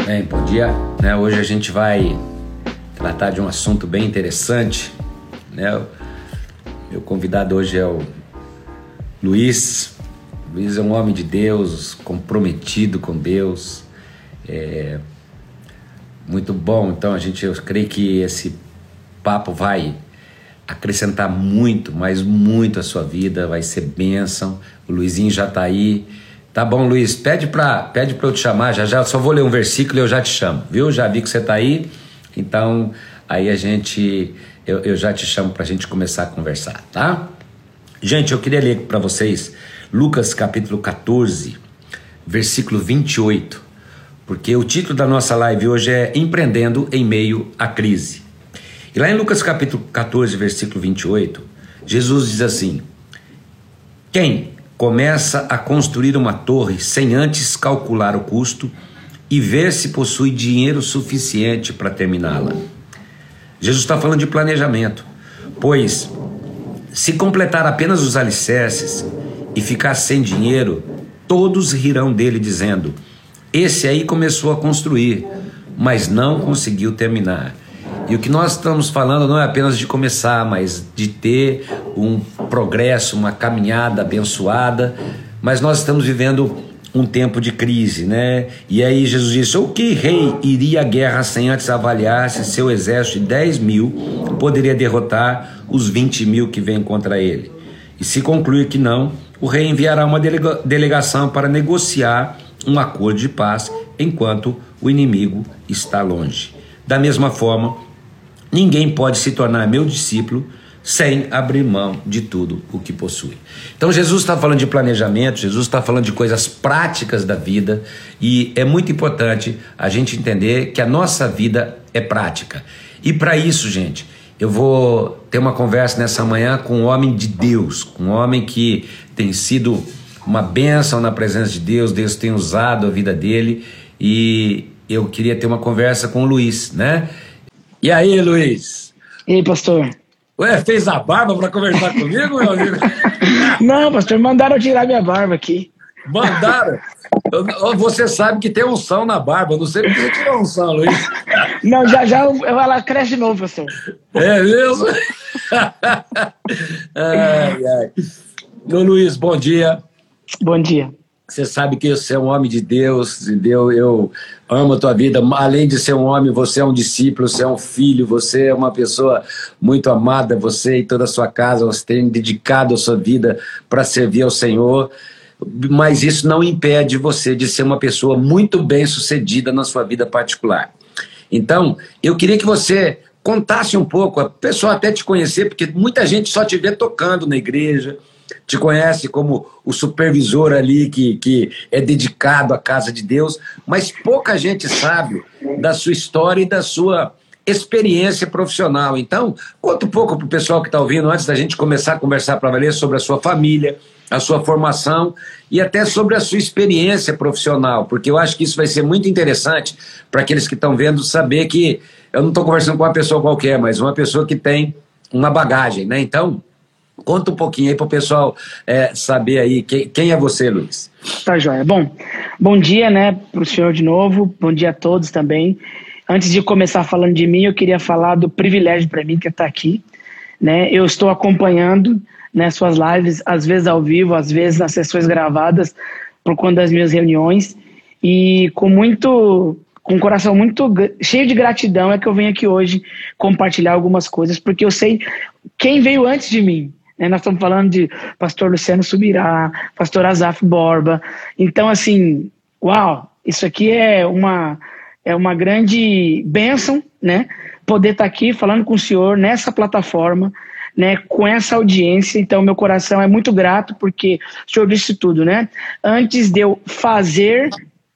Bem, bom dia. Hoje a gente vai tratar de um assunto bem interessante. Meu convidado hoje é o Luiz. Luiz é um homem de Deus, comprometido com Deus. Muito bom. Então eu creio que esse papo vai acrescentar muito, mas muito a sua vida, vai ser bênção. O Luizinho já está aí. Tá bom, Luiz, pede pra eu te chamar, já eu só vou ler um versículo e eu já te chamo, viu? Já vi que você tá aí, então aí eu já te chamo pra gente começar a conversar, tá? Gente, eu queria ler pra vocês Lucas capítulo 14, versículo 28, porque o título da nossa live hoje é Empreendendo em Meio à Crise. E lá em Lucas capítulo 14, versículo 28, Jesus diz assim: quem começa a construir uma torre sem antes calcular o custo e ver se possui dinheiro suficiente para terminá-la. Jesus está falando de planejamento, pois se completar apenas os alicerces e ficar sem dinheiro, todos rirão dele dizendo: esse aí começou a construir, mas não conseguiu terminar. E o que nós estamos falando não é apenas de começar, mas de ter um progresso, uma caminhada abençoada, mas nós estamos vivendo um tempo de crise, né? E aí Jesus disse: o que rei iria à guerra sem antes avaliar se seu exército de 10 mil poderia derrotar os 20 mil que vêm contra ele? E se concluir que não, o rei enviará uma delegação para negociar um acordo de paz enquanto o inimigo está longe. Da mesma forma, ninguém pode se tornar meu discípulo sem abrir mão de tudo o que possui. Então Jesus está falando de planejamento, Jesus está falando de coisas práticas da vida, e é muito importante a gente entender que a nossa vida é prática. E para isso, gente, eu vou ter uma conversa nessa manhã com um homem de Deus, um homem que tem sido uma bênção na presença de Deus. Deus tem usado a vida dele, e eu queria ter uma conversa com o Luiz, né? E aí, Luiz? E aí, pastor? Ué, fez a barba para conversar comigo, meu amigo? Não, pastor, mandaram tirar minha barba aqui. Mandaram? Você sabe que tem unção na barba, não sei porque você tirou unção, Luiz. Não, já ela cresce de novo, pastor. É mesmo? Ai. Ô, Luiz, bom dia. Bom dia. Você sabe que você é um homem de Deus, entendeu? Eu amo a tua vida. Além de ser um homem, você é um discípulo, você é um filho, você é uma pessoa muito amada. Você e toda a sua casa, você tem dedicado a sua vida para servir ao Senhor. Mas isso não impede você de ser uma pessoa muito bem sucedida na sua vida particular. Então, eu queria que você contasse um pouco, a pessoa até te conhecer, porque muita gente só te vê tocando na igreja, te conhece como o supervisor ali que é dedicado à casa de Deus, mas pouca gente sabe da sua história e da sua experiência profissional. Então, conta um pouco para o pessoal que está ouvindo, antes da gente começar a conversar para valer, sobre a sua família, a sua formação e até sobre a sua experiência profissional, porque eu acho que isso vai ser muito interessante para aqueles que estão vendo saber que eu não estou conversando com uma pessoa qualquer, mas uma pessoa que tem uma bagagem, né? Então, conta um pouquinho aí para o pessoal saber aí quem é você, Luiz. Tá joia. Bom dia, né, para o senhor de novo. Bom dia a todos também. Antes de começar falando de mim, eu queria falar do privilégio para mim que é estar aqui, né? Eu estou acompanhando, né, suas lives, às vezes ao vivo, às vezes nas sessões gravadas, por conta das minhas reuniões, e com um coração muito cheio de gratidão é que eu venho aqui hoje compartilhar algumas coisas, porque eu sei quem veio antes de mim. Nós estamos falando de pastor Luciano Subirá, pastor Azaf Borba. Então, assim, uau, isso aqui é uma grande bênção, né? Poder estar aqui falando com o senhor nessa plataforma, né? Com essa audiência. Então, meu coração é muito grato, porque o senhor disse tudo, né? Antes de eu fazer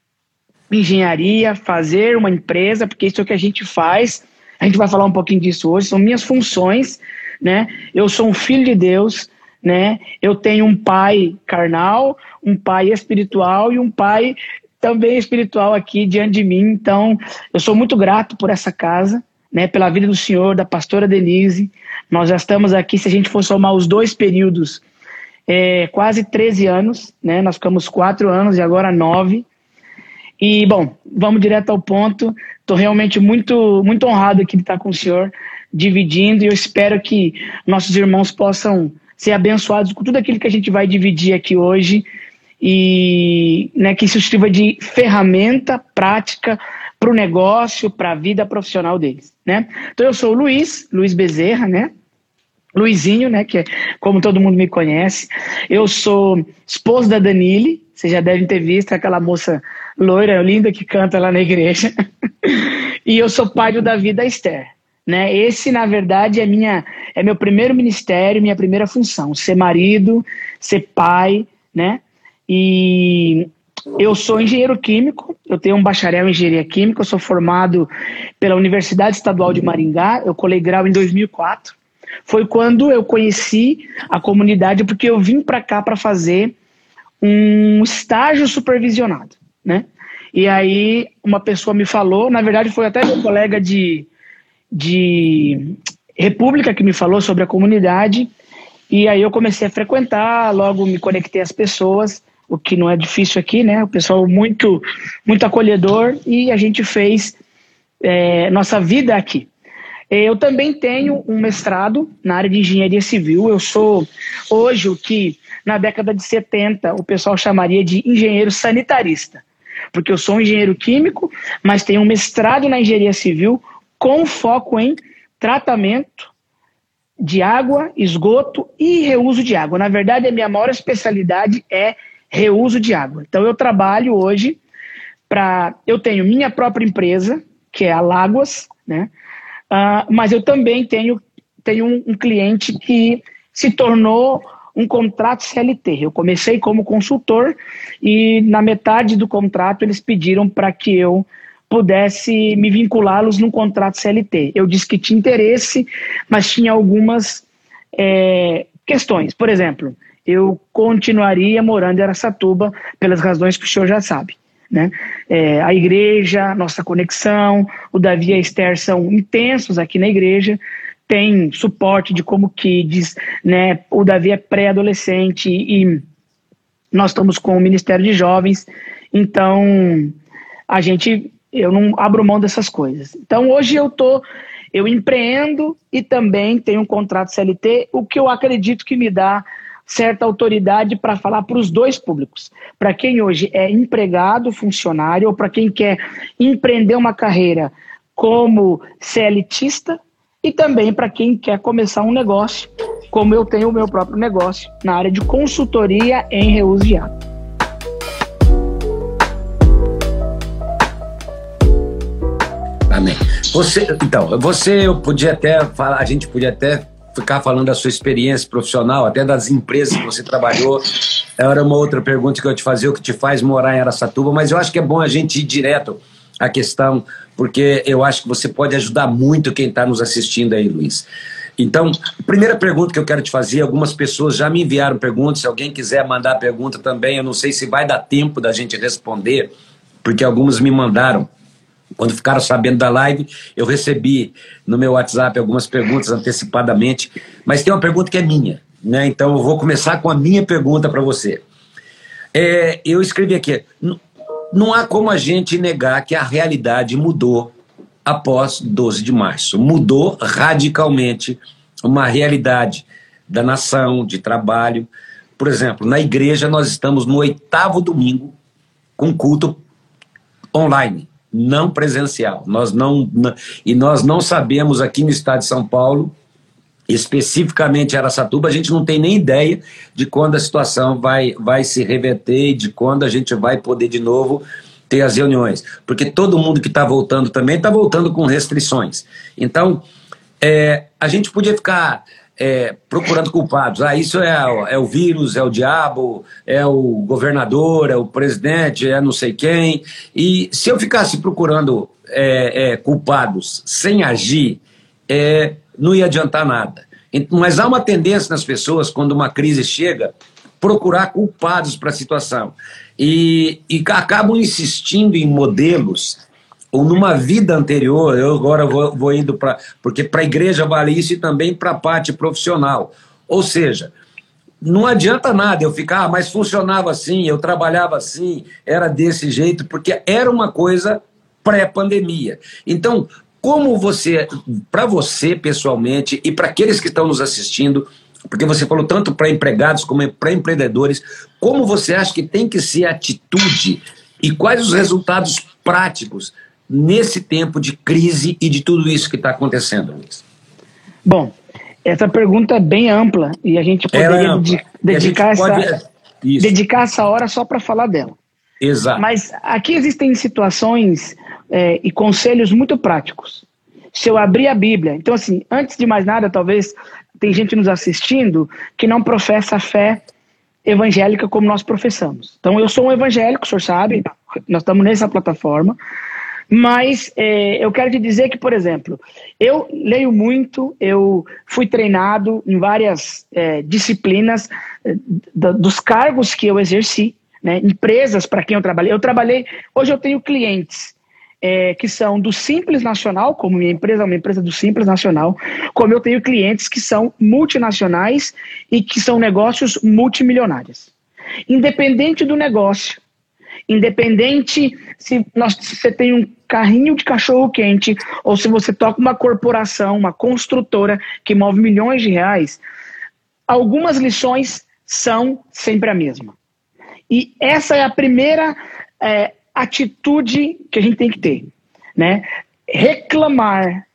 engenharia, fazer uma empresa, porque isso é o que a gente faz, a gente vai falar um pouquinho disso hoje, são minhas funções, né? Eu sou um filho de Deus, né? Eu tenho um pai carnal, um pai espiritual e um pai também espiritual aqui diante de mim. Então, eu sou muito grato por essa casa, né? Pela vida do senhor, da pastora Denise. Nós já estamos aqui, se a gente for somar os 2 períodos, quase 13 anos, né? Nós ficamos 4 anos e agora 9. E, bom, vamos direto ao ponto. Estou realmente muito, muito honrado aqui de estar com o senhor, dividindo, e eu espero que nossos irmãos possam ser abençoados com tudo aquilo que a gente vai dividir aqui hoje, e né, que isso sirva de ferramenta prática para o negócio, para a vida profissional deles, né? Então eu sou o Luiz Bezerra, né? Luizinho, né, que é como todo mundo me conhece. Eu sou esposo da Danile, vocês já devem ter visto aquela moça loira, linda, que canta lá na igreja. E eu sou pai do Davi e da Esther, né? Esse, na verdade, é meu primeiro ministério, minha primeira função, ser marido, ser pai, né? E eu sou engenheiro químico, eu tenho um bacharel em engenharia química, eu sou formado pela Universidade Estadual de Maringá, eu colei grau em 2004. Foi quando eu conheci a comunidade, porque eu vim para cá para fazer um estágio supervisionado, né? E aí uma pessoa me falou, na verdade foi até meu colega de República que me falou sobre a comunidade, e aí eu comecei a frequentar, logo me conectei às pessoas, o que não é difícil aqui, né? O pessoal muito, muito acolhedor, e a gente fez nossa vida aqui. Eu também tenho um mestrado na área de engenharia civil. Eu sou hoje o que na década de 70 o pessoal chamaria de engenheiro sanitarista, porque eu sou um engenheiro químico, mas tenho um mestrado na engenharia civil com foco em tratamento de água, esgoto e reuso de água. Na verdade, a minha maior especialidade é reuso de água. Então eu trabalho hoje eu tenho minha própria empresa, que é a Láguas, né? Mas eu também tenho um cliente que se tornou um contrato CLT. Eu comecei como consultor e na metade do contrato eles pediram para que eu pudesse me vinculá-los num contrato CLT. Eu disse que tinha interesse, mas tinha algumas questões. Por exemplo, eu continuaria morando em Araçatuba pelas razões que o senhor já sabe, né? A igreja, nossa conexão, o Davi e a Esther são intensos aqui na igreja, tem suporte de como kids, né? O Davi é pré-adolescente e nós estamos com o Ministério de Jovens, então eu não abro mão dessas coisas. Então hoje eu empreendo e também tenho um contrato CLT, o que eu acredito que me dá certa autoridade para falar para os dois públicos, para quem hoje é empregado, funcionário, ou para quem quer empreender uma carreira como CLTista, e também para quem quer começar um negócio, como eu tenho o meu próprio negócio na área de consultoria em reuso de água. Amém. Eu podia até falar, a gente podia até ficar falando da sua experiência profissional, até das empresas que você trabalhou. Era uma outra pergunta que eu te fazia, o que te faz morar em Araçatuba, mas eu acho que é bom a gente ir direto à questão, porque eu acho que você pode ajudar muito quem está nos assistindo aí, Luiz. Então, a primeira pergunta que eu quero te fazer, algumas pessoas já me enviaram perguntas, se alguém quiser mandar pergunta também, eu não sei se vai dar tempo da gente responder, porque algumas me mandaram. Quando ficaram sabendo da live, eu recebi no meu WhatsApp algumas perguntas antecipadamente, mas tem uma pergunta que é minha, né? Então eu vou começar com a minha pergunta para você. Eu escrevi aqui, não há como a gente negar que a realidade mudou após 12 de março. Mudou radicalmente uma realidade da nação, de trabalho. Por exemplo, na igreja nós estamos no 8º domingo com culto online, não presencial. Nós não sabemos aqui no estado de São Paulo, especificamente Araçatuba, a gente não tem nem ideia de quando a situação vai se reverter e de quando a gente vai poder de novo ter as reuniões. Porque todo mundo que está voltando também está voltando com restrições. Então, a gente podia ficar procurando culpados. Isso é o vírus, é o diabo, é o governador, é o presidente, é não sei quem. E se eu ficasse procurando culpados sem agir, não ia adiantar nada. Mas há uma tendência nas pessoas, quando uma crise chega, procurar culpados para a situação. E acabam insistindo em modelos, ou numa vida anterior. Eu agora vou indo porque para a igreja vale isso e também para a parte profissional. Ou seja, não adianta nada eu ficar, mas funcionava assim, eu trabalhava assim, era desse jeito, porque era uma coisa pré-pandemia. Então, como você, para você pessoalmente e para aqueles que estão nos assistindo, porque você falou tanto para empregados como para empreendedores, como você acha que tem que ser a atitude e quais os resultados práticos nesse tempo de crise e de tudo isso que está acontecendo, Luiz? Bom, essa pergunta é bem ampla e a gente poderia dedicar essa hora só para falar dela. Exato. Mas aqui existem situações e conselhos muito práticos. Se eu abrir a Bíblia, então assim, antes de mais nada, talvez tem gente nos assistindo que não professa a fé evangélica como nós professamos. Então eu sou um evangélico, o senhor sabe, nós estamos nessa plataforma, mas eu quero te dizer que, por exemplo, eu leio muito, eu fui treinado em várias disciplinas dos cargos que eu exerci, né, empresas para quem eu trabalhei, hoje eu tenho clientes que são do Simples Nacional, como minha empresa é uma empresa do Simples Nacional, como eu tenho clientes que são multinacionais e que são negócios multimilionários. Independente do negócio, independente se você tem um carrinho de cachorro-quente ou se você toca uma corporação, uma construtora que move milhões de reais, algumas lições são sempre a mesma. E essa é a primeira atitude que a gente tem que ter, né? Reclamar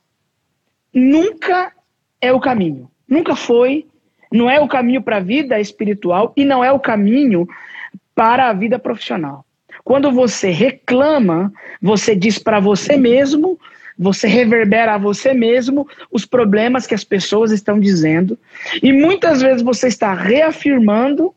nunca é o caminho. Nunca foi, não é o caminho para a vida espiritual e não é o caminho para a vida profissional. Quando você reclama, você diz para você mesmo, você reverbera a você mesmo os problemas que as pessoas estão dizendo e muitas vezes você está reafirmando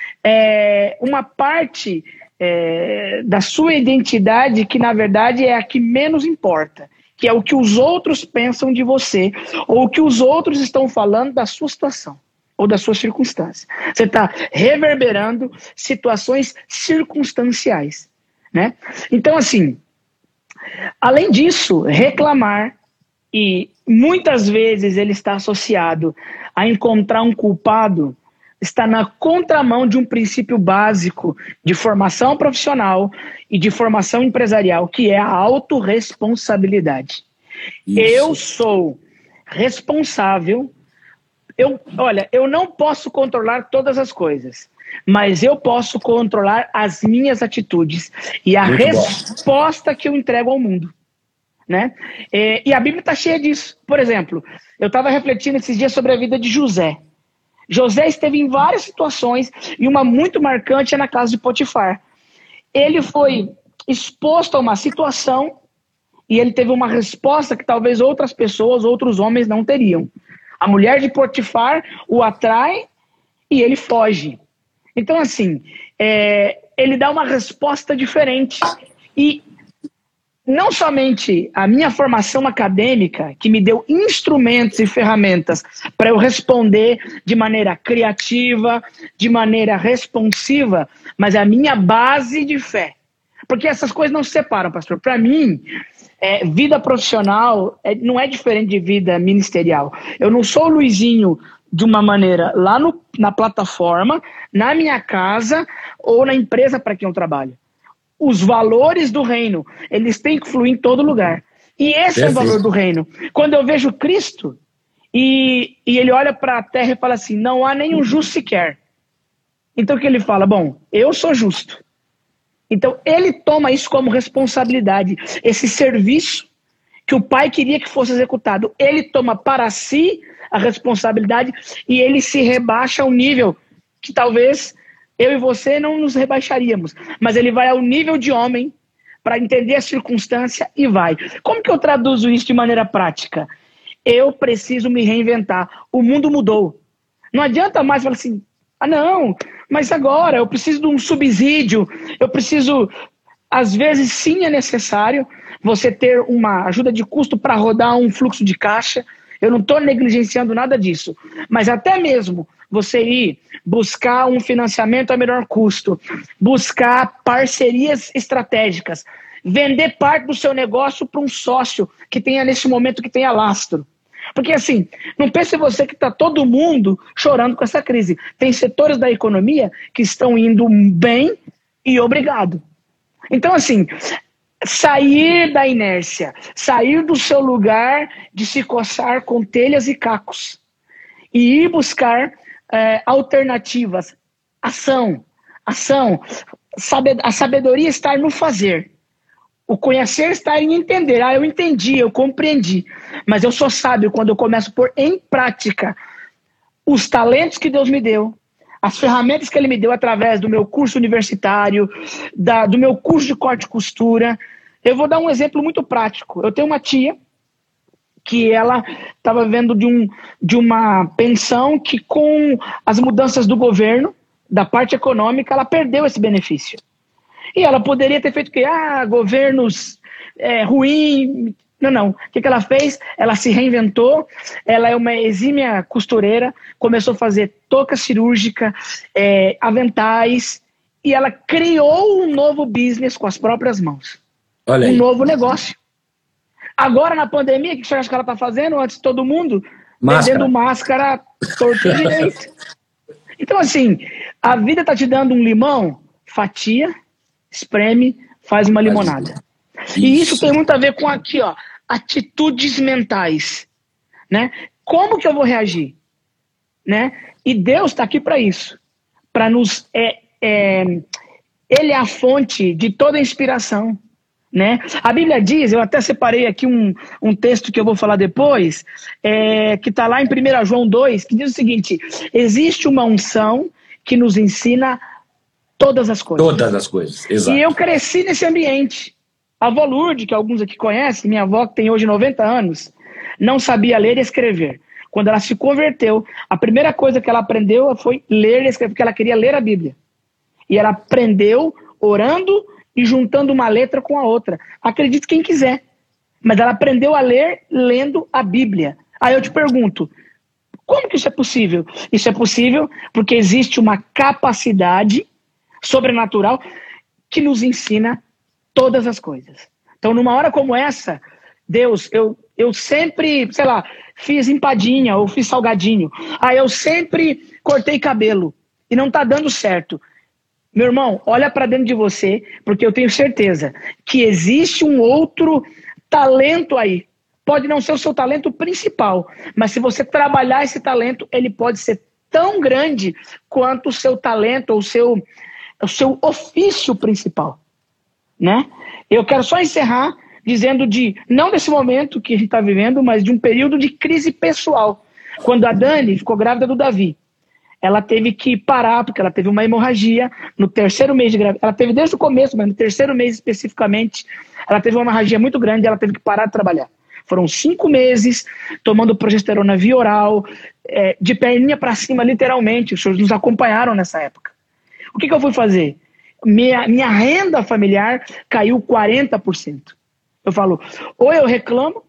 uma parte da sua identidade que na verdade é a que menos importa, que é o que os outros pensam de você ou o que os outros estão falando da sua situação ou da sua circunstância. Você está reverberando situações circunstanciais, né? Então assim, além disso, reclamar, e muitas vezes ele está associado a encontrar um culpado, está na contramão de um princípio básico de formação profissional e de formação empresarial, que é a autorresponsabilidade. Isso. Eu sou responsável. Eu não posso controlar todas as coisas, mas eu posso controlar as minhas atitudes e a resposta que eu entrego ao mundo, né? E a Bíblia está cheia disso. Por exemplo, eu estava refletindo esses dias sobre a vida de José. José esteve em várias situações e uma muito marcante é na casa de Potifar. Ele foi exposto a uma situação e ele teve uma resposta que talvez outras pessoas, outros homens não teriam. A mulher de Potifar o atrai e ele foge. Então assim, ele dá uma resposta diferente. E não somente a minha formação acadêmica, que me deu instrumentos e ferramentas para eu responder de maneira criativa, de maneira responsiva, mas a minha base de fé. Porque essas coisas não se separam, pastor. Para mim, vida profissional não é diferente de vida ministerial. Eu não sou o Luizinho de uma maneira lá na plataforma, na minha casa ou na empresa para quem eu trabalho. Os valores do reino, eles têm que fluir em todo lugar. E esse é o valor do reino. Quando eu vejo Cristo e ele olha para a terra e fala assim, não há nenhum justo sequer. Então o que ele fala? Bom, eu sou justo. Então ele toma isso como responsabilidade. Esse serviço que o Pai queria que fosse executado, ele toma para si a responsabilidade e ele se rebaixa ao nível que talvez eu e você não nos rebaixaríamos, mas ele vai ao nível de homem para entender a circunstância e vai. Como que eu traduzo isso de maneira prática? Eu preciso me reinventar. O mundo mudou. Não adianta mais falar assim, não, mas agora eu preciso de um subsídio, eu preciso... Às vezes sim é necessário você ter uma ajuda de custo para rodar um fluxo de caixa. Eu não estou negligenciando nada disso, mas até mesmo você ir buscar um financiamento a menor custo, buscar parcerias estratégicas, vender parte do seu negócio para um sócio que tenha nesse momento que tenha lastro. Porque assim, não pense você que está todo mundo chorando com essa crise. Tem setores da economia que estão indo bem e obrigado. Então assim, sair da inércia, sair do seu lugar de se coçar com telhas e cacos e ir buscar alternativas, ação. A sabedoria está no fazer. O conhecer está em entender. Eu entendi, eu compreendi. Mas eu sou sábio quando eu começo a pôr em prática os talentos que Deus me deu, as ferramentas que Ele me deu através do meu curso universitário, do meu curso de corte e costura. Eu vou dar um exemplo muito prático. Eu tenho uma tia que ela estava vivendo de uma pensão que, com as mudanças do governo, da parte econômica, ela perdeu esse benefício. E ela poderia ter feito o quê? Governos ruim. Não. O que ela fez? Ela se reinventou, ela é uma exímia costureira, começou a fazer touca cirúrgica, aventais, e ela criou um novo business com as próprias mãos. Olha aí. Um novo negócio. Agora, na pandemia, o que você acha que ela está fazendo? Antes de todo mundo, vendendo máscara torto e direito. Então, assim, a vida está te dando um limão, fatia, espreme, faz uma limonada. E isso tem muito a ver com aqui, ó, atitudes mentais, né? Como que eu vou reagir, né? E Deus está aqui para isso, para nos Ele é a fonte de toda inspiração, né? A Bíblia diz, eu até separei aqui um texto que eu vou falar depois, que está lá em 1 João 2, que diz o seguinte: existe uma unção que nos ensina todas as coisas. Todas as coisas, exato. E eu cresci nesse ambiente. A avó Lourdes, que alguns aqui conhecem, minha avó que tem hoje 90 anos, não sabia ler e escrever. Quando ela se converteu, a primeira coisa que ela aprendeu foi ler e escrever, porque ela queria ler a Bíblia. E ela aprendeu orando e juntando uma letra com a outra. Acredite quem quiser. Mas ela aprendeu a ler lendo a Bíblia. Aí eu te pergunto, como que isso é possível? Isso é possível porque existe uma capacidade sobrenatural que nos ensina todas as coisas. Então, numa hora como essa, Deus, eu sempre, sei lá, fiz empadinha ou fiz salgadinho. Eu sempre cortei cabelo e não tá dando certo. Meu irmão, olha para dentro de você, porque eu tenho certeza que existe um outro talento aí. Pode não ser o seu talento principal, mas se você trabalhar esse talento, ele pode ser tão grande quanto o seu talento ou o seu ofício principal, né? Eu quero só encerrar dizendo não desse momento que a gente está vivendo, mas de um período de crise pessoal. Quando a Dani ficou grávida do Davi, ela teve que parar, porque ela teve uma hemorragia no 3º mês de gravidez. Ela teve desde o começo, mas no 3º mês especificamente, ela teve uma hemorragia muito grande e ela teve que parar de trabalhar. Foram 5 meses tomando progesterona via oral, de perninha para cima, literalmente. Os senhores nos acompanharam nessa época. O que eu fui fazer? Minha renda familiar caiu 40%. Eu falo, ou eu reclamo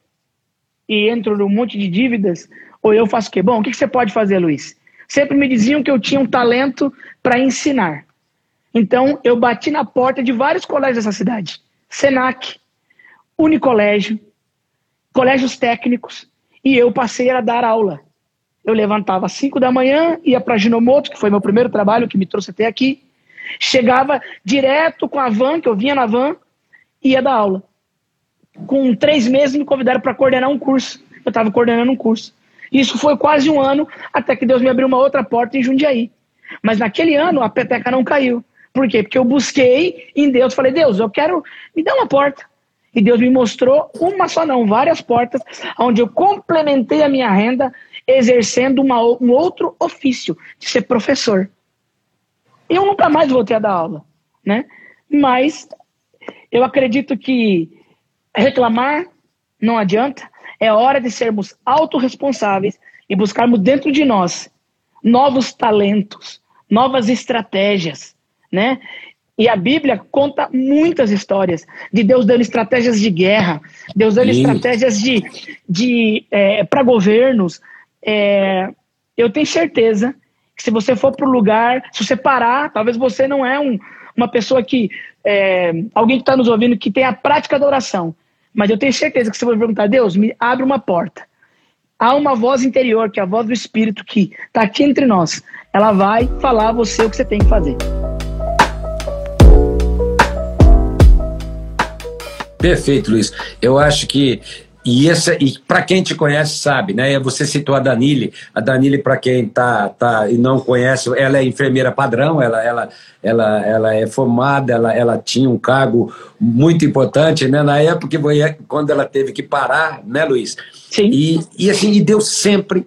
e entro num monte de dívidas, ou eu faço o quê? Bom, o que você pode fazer, Luiz? Sempre me diziam que eu tinha um talento para ensinar. Então, eu bati na porta de vários colégios dessa cidade. Senac, Unicolégio, colégios técnicos, e eu passei a dar aula. Eu levantava às 5 da manhã, ia para Ginomoto, que foi meu primeiro trabalho, que me trouxe até aqui. Chegava direto com a van, que eu vinha na van, e ia dar aula. Com 3 meses me convidaram para coordenar um curso. Eu estava coordenando um curso. Isso foi quase um ano, até que Deus me abriu uma outra porta em Jundiaí. Mas naquele ano a peteca não caiu. Por quê? Porque eu busquei em Deus, falei, Deus, eu quero, me dá uma porta. E Deus me mostrou uma só não, várias portas, onde eu complementei a minha renda, exercendo um outro ofício, de ser professor. Eu nunca mais voltei a dar aula, né? Mas eu acredito que reclamar não adianta. É hora de sermos autorresponsáveis e buscarmos dentro de nós novos talentos, novas estratégias, né? E a Bíblia conta muitas histórias de Deus dando estratégias de guerra, Deus dando estratégias para governos. Eu tenho certeza que se você for para o lugar, se você parar, talvez você não é uma pessoa que, alguém que está nos ouvindo que tem a prática da oração, mas eu tenho certeza que você vai perguntar, Deus, me abre uma porta. há uma voz interior, que é a voz do Espírito, que está aqui entre nós. Ela vai falar a você o que você tem que fazer. Perfeito, Luiz. Eu acho que e para quem te conhece sabe, né? Você citou a Danile. A Danile, para quem tá e não conhece, ela é enfermeira padrão. Ela é formada. Ela tinha um cargo muito importante, né? Na época quando ela teve que parar, né, Luiz? Sim. E Deus sempre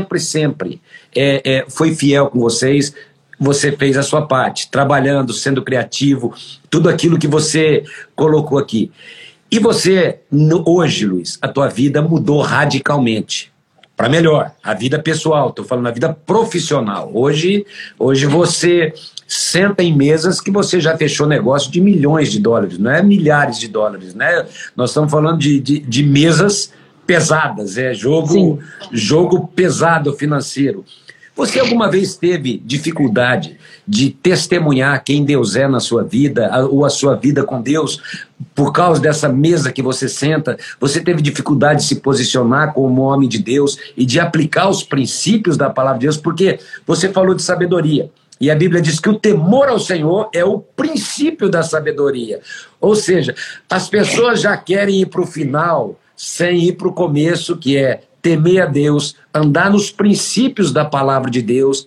foi fiel com vocês. Você fez a sua parte, trabalhando, sendo criativo, tudo aquilo que você colocou aqui. E você, hoje, Luiz, a tua vida mudou radicalmente. Para melhor, a vida pessoal, estou falando a vida profissional. Hoje você senta em mesas que você já fechou negócio de milhões de dólares, não é milhares de dólares, né? Nós estamos falando de mesas pesadas, jogo pesado financeiro. Você alguma vez teve dificuldade de testemunhar quem Deus é na sua vida, ou a sua vida com Deus, por causa dessa mesa que você senta? Você teve dificuldade de se posicionar como homem de Deus e de aplicar os princípios da palavra de Deus? Porque você falou de sabedoria. E a Bíblia diz que o temor ao Senhor é o princípio da sabedoria. Ou seja, as pessoas já querem ir para o final sem ir para o começo, que é temer a Deus, andar nos princípios da palavra de Deus,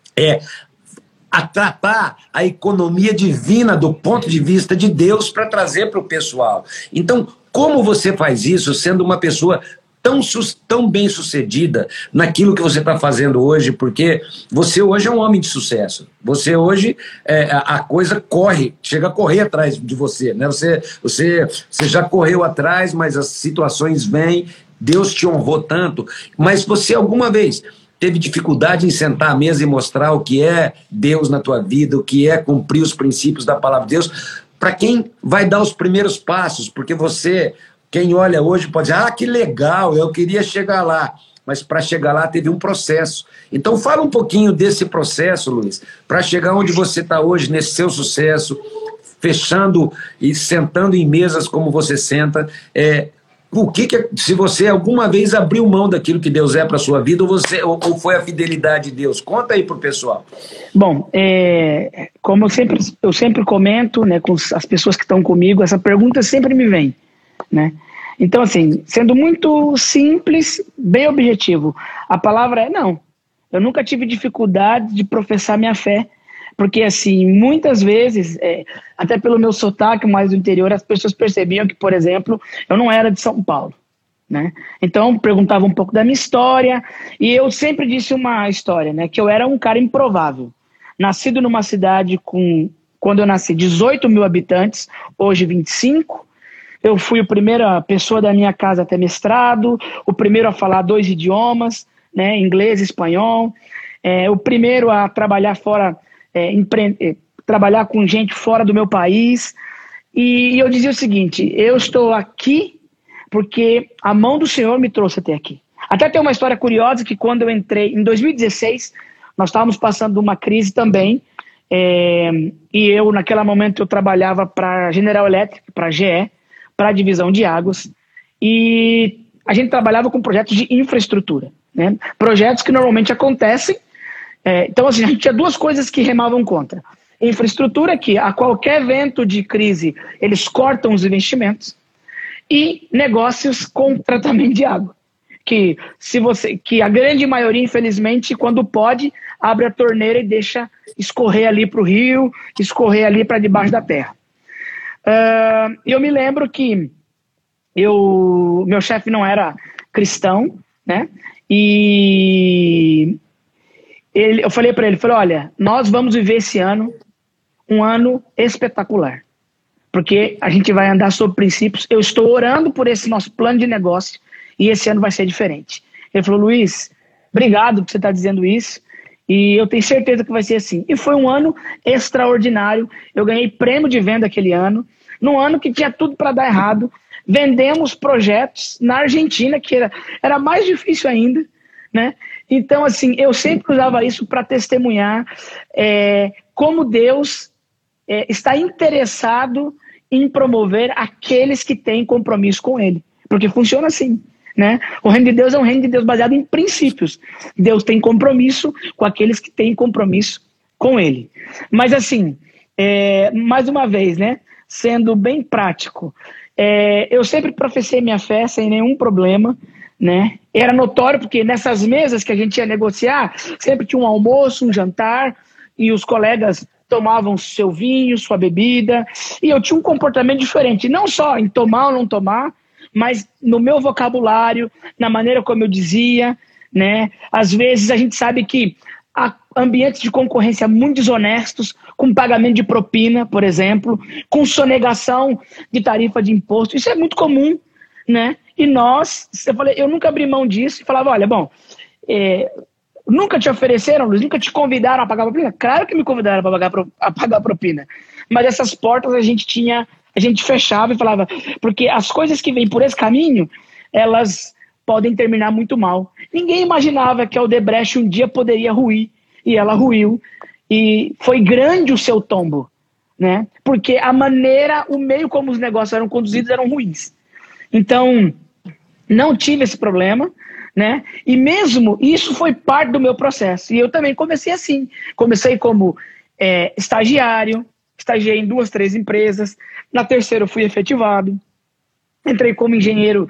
a tratar a economia divina do ponto de vista de Deus para trazer para o pessoal. Então, como você faz isso sendo uma pessoa tão bem sucedida naquilo que você está fazendo hoje? Porque você hoje é um homem de sucesso. Você hoje, a coisa chega a correr atrás de você, né? Você já correu atrás, mas as situações vêm. Deus te honrou tanto, mas você alguma vez teve dificuldade em sentar à mesa e mostrar o que é Deus na tua vida, o que é cumprir os princípios da palavra de Deus, para quem vai dar os primeiros passos? Porque quem olha hoje pode dizer, que legal, eu queria chegar lá, mas para chegar lá teve um processo. Então fala um pouquinho desse processo, Luiz, para chegar onde você está hoje, nesse seu sucesso, fechando e sentando em mesas como você senta. Se você alguma vez abriu mão daquilo que Deus é para a sua vida, ou foi a fidelidade de Deus? Conta aí para o pessoal. Bom, como eu sempre comento, né, com as pessoas que estão comigo, essa pergunta sempre me vem, né? Então, assim, sendo muito simples, bem objetivo, a palavra não. Eu nunca tive dificuldade de professar minha fé, porque, assim, muitas vezes, até pelo meu sotaque mais do interior, as pessoas percebiam que, por exemplo, eu não era de São Paulo, né? Então, perguntavam um pouco da minha história, e eu sempre disse uma história, né? Que eu era um cara improvável. Nascido numa cidade quando eu nasci, 18 mil habitantes, hoje 25. Eu fui a primeira pessoa da minha casa a ter mestrado, o primeiro a falar 2 idiomas, né? Inglês e espanhol, o primeiro a trabalhar fora... trabalhar com gente fora do meu país, e eu dizia o seguinte: eu estou aqui porque a mão do Senhor me trouxe até aqui. Até tem uma história curiosa que quando eu entrei em 2016, nós estávamos passando uma crise também, e eu naquele momento eu trabalhava para a General Electric, para a GE, para a divisão de águas, e a gente trabalhava com projetos de infraestrutura, né? Projetos que normalmente acontecem. Então, assim, a gente tinha 2 coisas que remavam contra. Infraestrutura, que a qualquer evento de crise, eles cortam os investimentos. E negócios com tratamento de água. Que a grande maioria, infelizmente, quando pode, abre a torneira e deixa escorrer ali para o rio, escorrer ali para debaixo da terra. Eu me lembro que meu chefe não era cristão, né? E... eu falei para ele, olha, nós vamos viver esse ano um ano espetacular, porque a gente vai andar sob princípios. Eu estou orando por esse nosso plano de negócio e esse ano vai ser diferente. Ele falou: Luiz, obrigado por você estar dizendo isso, e eu tenho certeza que vai ser assim. E foi um ano extraordinário. Eu ganhei prêmio de venda aquele ano, num ano que tinha tudo para dar errado. Vendemos projetos na Argentina, que era mais difícil ainda, né? Então, assim, eu sempre usava isso para testemunhar como Deus está interessado em promover aqueles que têm compromisso com Ele. Porque funciona assim. né? O reino de Deus é um reino de Deus baseado em princípios. Deus tem compromisso com aqueles que têm compromisso com Ele. Mas assim, mais uma vez, né? Sendo bem prático, eu sempre professei minha fé sem nenhum problema, né? Era notório porque nessas mesas que a gente ia negociar, sempre tinha um almoço, um jantar, e os colegas tomavam seu vinho, sua bebida, e eu tinha um comportamento diferente, não só em tomar ou não tomar, mas no meu vocabulário, na maneira como eu dizia, né? Às vezes a gente sabe que há ambientes de concorrência muito desonestos, com pagamento de propina, por exemplo, com sonegação de tarifa de imposto, isso é muito comum, né? E eu nunca abri mão disso e falava, olha, bom, nunca te ofereceram, Luiz, nunca te convidaram a pagar propina? Claro que me convidaram a pagar propina. Mas essas portas a gente fechava e falava, porque as coisas que vêm por esse caminho, elas podem terminar muito mal. Ninguém imaginava que a Odebrecht um dia poderia ruir, e ela ruiu, e foi grande o seu tombo, né? Porque o meio como os negócios eram conduzidos eram ruins. Então, não tive esse problema, né? E mesmo isso foi parte do meu processo. E eu também comecei assim. Comecei como estagiário, estagiei em 2, 3 empresas. Na terceira eu fui efetivado. Entrei como engenheiro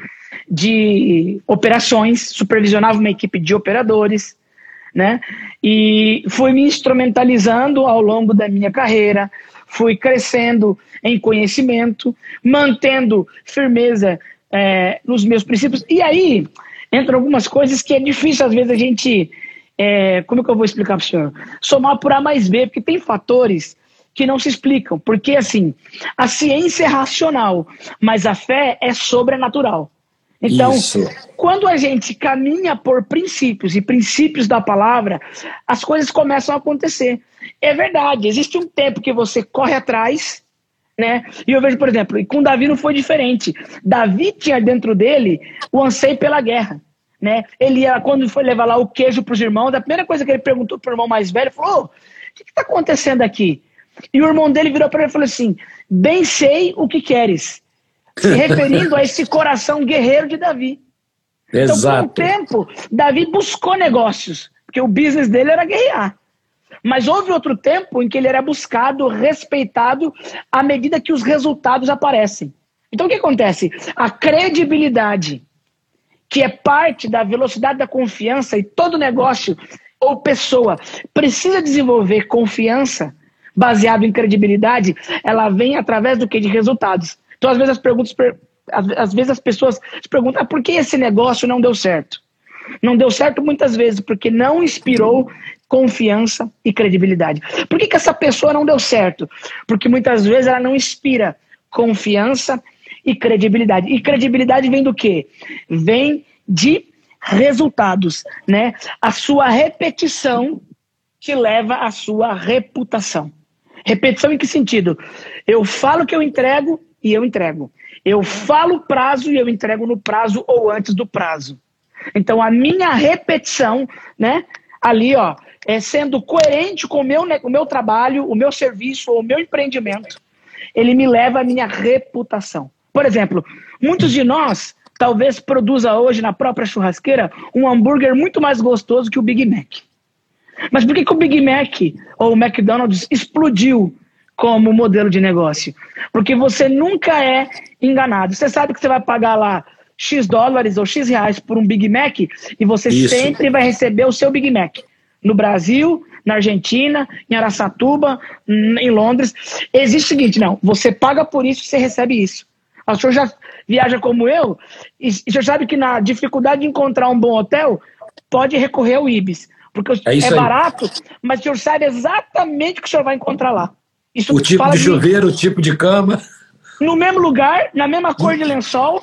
de operações, supervisionava uma equipe de operadores, né? E fui me instrumentalizando ao longo da minha carreira, fui crescendo em conhecimento, mantendo firmeza nos meus princípios. E aí entram algumas coisas que é difícil às vezes a gente, como que eu vou explicar para o senhor? Somar por A mais B, porque tem fatores que não se explicam, porque assim, a ciência é racional, mas a fé é sobrenatural. Então, quando a gente caminha por princípios e princípios da palavra, as coisas começam a acontecer. É verdade, existe um tempo que você corre atrás, né? E eu vejo, por exemplo, e com Davi não foi diferente. Davi tinha dentro dele o anseio pela guerra, né? Ele quando foi levar lá o queijo para os irmãos, a primeira coisa que ele perguntou para o irmão mais velho, falou, o que está acontecendo aqui? E o irmão dele virou para ele e falou assim, bem sei o que queres, se referindo a esse coração guerreiro de Davi. Exato. Então, por um tempo, Davi buscou negócios, porque o business dele era guerrear. Mas houve outro tempo em que ele era buscado, respeitado, à medida que os resultados aparecem. Então, o que acontece? A credibilidade, que é parte da velocidade da confiança, e todo negócio ou pessoa precisa desenvolver confiança baseado em credibilidade, ela vem através do quê? De resultados. Então, às vezes as pessoas se perguntam, por que esse negócio não deu certo? Não deu certo muitas vezes porque não inspirou confiança e credibilidade. Por que essa pessoa não deu certo? Porque muitas vezes ela não inspira confiança e credibilidade. E credibilidade vem do quê? Vem de resultados, né? A sua repetição te leva à sua reputação. Repetição em que sentido? Eu falo que eu entrego e eu entrego. Eu falo prazo e eu entrego no prazo ou antes do prazo. Então, a minha repetição, né, ali, ó, sendo coerente com o meu trabalho, o meu serviço ou o meu empreendimento, ele me leva à minha reputação. Por exemplo, muitos de nós talvez produza hoje na própria churrasqueira um hambúrguer muito mais gostoso que o Big Mac. Mas por que o Big Mac ou o McDonald's explodiu como modelo de negócio? Porque você nunca é enganado. Você sabe que você vai pagar lá X dólares ou X reais por um Big Mac e você sempre vai receber o seu Big Mac. No Brasil, na Argentina, em Araçatuba, em Londres. Existe o seguinte, não, você paga por isso e você recebe isso. O senhor já viaja como eu e o senhor sabe que na dificuldade de encontrar um bom hotel, pode recorrer ao Ibis. Porque é barato, mas o senhor sabe exatamente o que o senhor vai encontrar lá. Isso o tipo de chuveiro, o tipo de cama. No mesmo lugar, na mesma cor de lençol.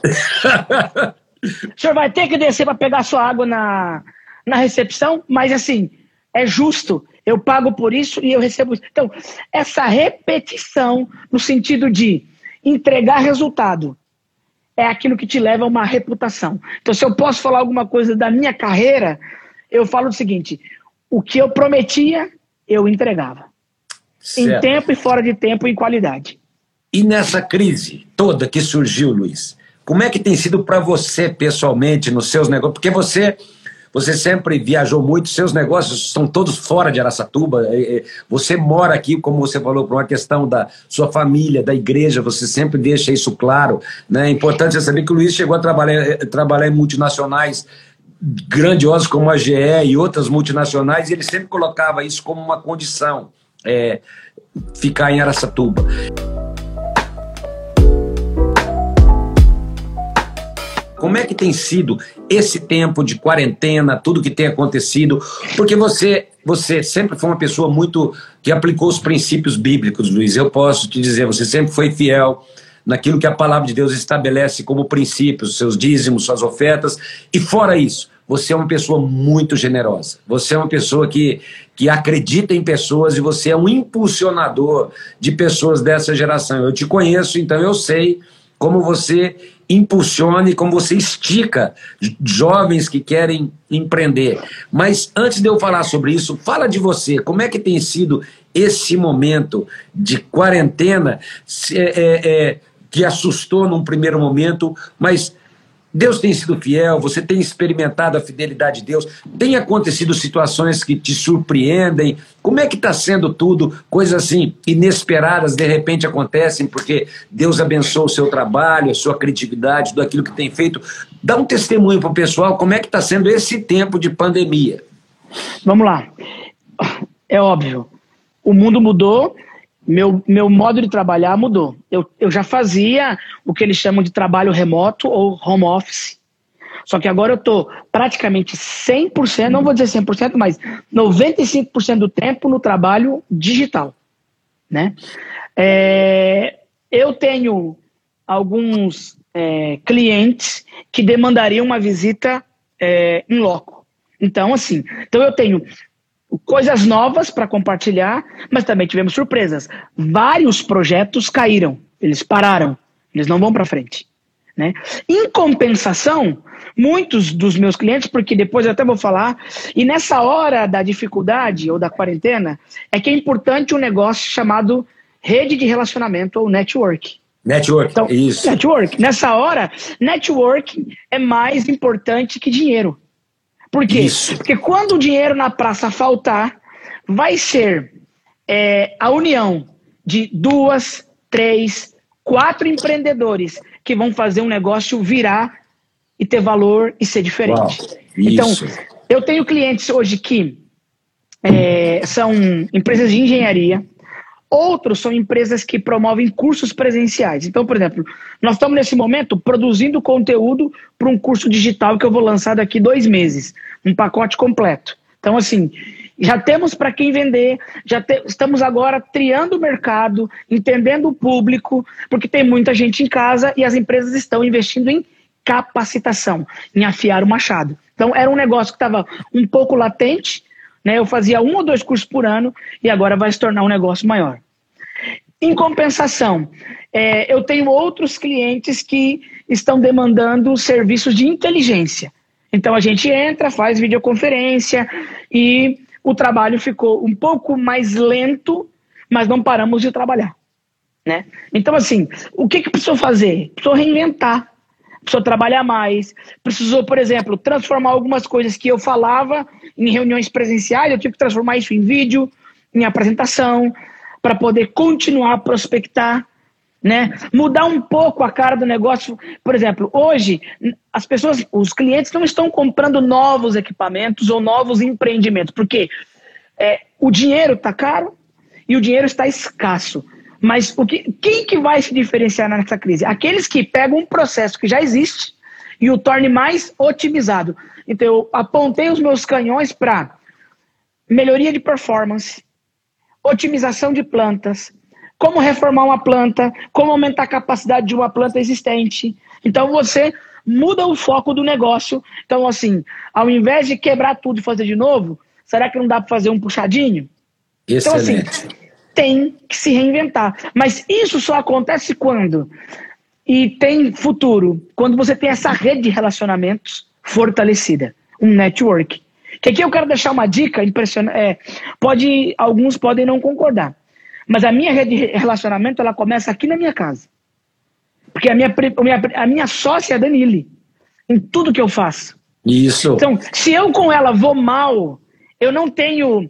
O senhor vai ter que descer para pegar sua água na recepção, mas assim, é justo. Eu pago por isso e eu recebo isso. Então, essa repetição no sentido de entregar resultado é aquilo que te leva a uma reputação. Então, se eu posso falar alguma coisa da minha carreira, eu falo o seguinte, o que eu prometia, eu entregava. Certo. Em tempo e fora de tempo, em qualidade. E nessa crise toda que surgiu, Luiz, como é que tem sido para você pessoalmente nos seus negócios? Porque você sempre viajou muito, seus negócios estão todos fora de Araçatuba, você mora aqui, como você falou, por uma questão da sua família, da igreja, você sempre deixa isso claro, né? É importante você saber que o Luiz chegou a trabalhar em multinacionais grandiosas como a GE e outras multinacionais, e ele sempre colocava isso como uma condição, ficar em Araçatuba. Como é que tem sido esse tempo de quarentena, tudo que tem acontecido? Porque você sempre foi uma pessoa que aplicou os princípios bíblicos, Luiz. Eu posso te dizer, você sempre foi fiel naquilo que a palavra de Deus estabelece como princípios, seus dízimos, suas ofertas. E fora isso, você é uma pessoa muito generosa. Você é uma pessoa que acredita em pessoas e você é um impulsionador de pessoas dessa geração. Eu te conheço, então eu sei como você impulsiona e como você estica jovens que querem empreender. Mas antes de eu falar sobre isso, fala de você. Como é que tem sido esse momento de quarentena que assustou num primeiro momento, mas Deus tem sido fiel, você tem experimentado a fidelidade de Deus, tem acontecido situações que te surpreendem, como é que está sendo tudo, coisas assim inesperadas de repente acontecem porque Deus abençoa o seu trabalho, a sua criatividade, tudo aquilo que tem feito. Dá um testemunho para o pessoal, como é que está sendo esse tempo de pandemia? Vamos lá, é óbvio, o mundo mudou. Meu modo de trabalhar mudou. Eu já fazia o que eles chamam de trabalho remoto ou home office. Só que agora eu estou praticamente 100%, não vou dizer 100%, mas 95% do tempo no trabalho digital, né? Eu tenho alguns clientes que demandariam uma visita em loco. Então, assim, eu tenho coisas novas para compartilhar, mas também tivemos surpresas. Vários projetos caíram, eles pararam, eles não vão para frente, né? Em compensação, muitos dos meus clientes, porque depois eu até vou falar, e nessa hora da dificuldade ou da quarentena, é que é importante um negócio chamado rede de relacionamento ou network. Network, então, isso. Network. Nessa hora, network é mais importante que dinheiro. Por quê? Isso. Porque quando o dinheiro na praça faltar, vai ser a união de 2, 3, 4 empreendedores que vão fazer um negócio virar e ter valor e ser diferente. Uau, então, eu tenho clientes hoje que são empresas de engenharia, outros são empresas que promovem cursos presenciais. Então, por exemplo, nós estamos nesse momento produzindo conteúdo para um curso digital que eu vou lançar daqui 2 meses, um pacote completo. Então, assim, já temos para quem vender, estamos agora triando o mercado, entendendo o público, porque tem muita gente em casa e as empresas estão investindo em capacitação, em afiar o machado. Então, era um negócio que estava um pouco latente, né? Eu fazia 1 ou 2 cursos por ano e agora vai se tornar um negócio maior. Em compensação, eu tenho outros clientes que estão demandando serviços de inteligência. Então a gente entra, faz videoconferência e o trabalho ficou um pouco mais lento, mas não paramos de trabalhar, né? Então, assim, o que precisou fazer? Precisou reinventar. Precisou trabalhar mais, precisou, por exemplo, transformar algumas coisas que eu falava em reuniões presenciais, eu tive que transformar isso em vídeo, em apresentação, para poder continuar a prospectar, né? Mudar um pouco a cara do negócio. Por exemplo, hoje, os clientes não estão comprando novos equipamentos ou novos empreendimentos, porque o dinheiro está caro e o dinheiro está escasso. Mas quem que vai se diferenciar nessa crise? Aqueles que pegam um processo que já existe e o tornem mais otimizado. Então eu apontei os meus canhões para melhoria de performance, otimização de plantas, como reformar uma planta, como aumentar a capacidade de uma planta existente. Então você muda o foco do negócio. Então, assim, ao invés de quebrar tudo e fazer de novo, será que não dá para fazer um puxadinho? Excelente. Então, assim, tem que se reinventar. Mas isso só acontece quando? E tem futuro, quando você tem essa rede de relacionamentos fortalecida, um network. Que aqui eu quero deixar uma dica impressionante. Alguns podem não concordar, mas a minha rede de relacionamento ela começa aqui na minha casa. Porque a minha sócia é a Danile, em tudo que eu faço. Isso. Então, se eu com ela vou mal, eu não tenho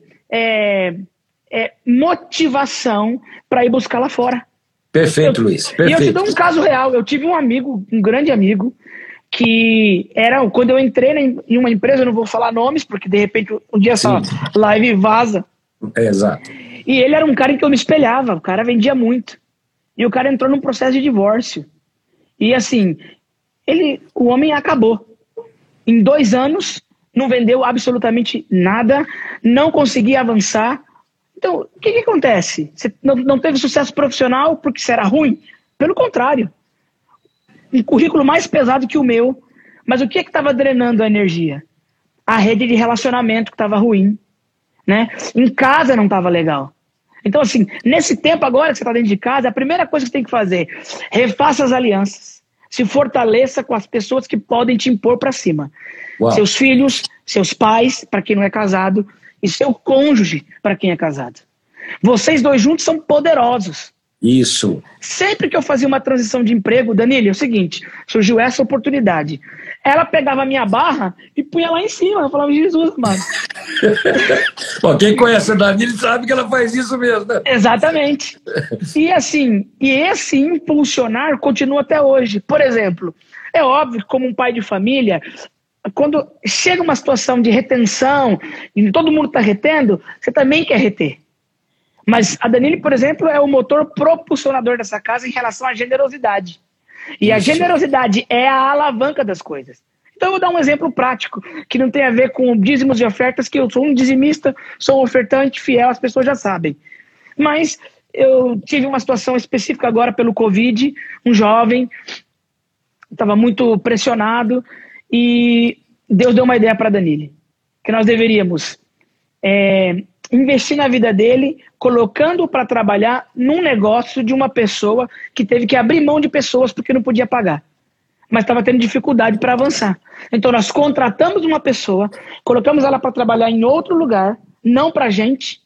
motivação para ir buscar lá fora. Perfeito, Luiz. Perfeito. E eu te dou um caso real. Eu tive um amigo, um grande amigo, que era, quando eu entrei em uma empresa, eu não vou falar nomes, porque de repente um dia essa live vaza. Exato. E ele era um cara em que eu me espelhava, o cara vendia muito. E o cara entrou num processo de divórcio. E assim, o homem acabou. Em 2 anos, não vendeu absolutamente nada, não conseguia avançar. Então, o que acontece? Você não teve sucesso profissional porque você era ruim? Pelo contrário. Um currículo mais pesado que o meu. Mas o que estava drenando a energia? A rede de relacionamento que estava ruim. Né? Em casa não estava legal. Então, assim, nesse tempo agora que você está dentro de casa, a primeira coisa que você tem que fazer, refaça as alianças. Se fortaleça com as pessoas que podem te impor para cima. Uau. Seus filhos, seus pais, para quem não é casado, e seu cônjuge, para quem é casado. Vocês dois juntos são poderosos. Isso. Sempre que eu fazia uma transição de emprego, Danilo, é o seguinte, surgiu essa oportunidade. Ela pegava a minha barra e punha lá em cima. Eu falava, Jesus, mano. Bom, quem conhece a Danilo sabe que ela faz isso mesmo, né? Exatamente. E assim, esse impulsionar continua até hoje. Por exemplo, é óbvio que como um pai de família, quando chega uma situação de retenção e todo mundo está retendo, você também quer reter. Mas a Danile, por exemplo, é o motor propulsionador dessa casa em relação à generosidade. E a generosidade é a alavanca das coisas. Então eu vou dar um exemplo prático, que não tem a ver com dízimos e ofertas, que eu sou um dizimista, sou um ofertante fiel, as pessoas já sabem. Mas eu tive uma situação específica agora pelo Covid, um jovem, estava muito pressionado, e Deus deu uma ideia para a Danile, que nós deveríamos investir na vida dele, colocando para trabalhar num negócio de uma pessoa que teve que abrir mão de pessoas porque não podia pagar, mas estava tendo dificuldade para avançar. Então nós contratamos uma pessoa, colocamos ela para trabalhar em outro lugar, não para a gente,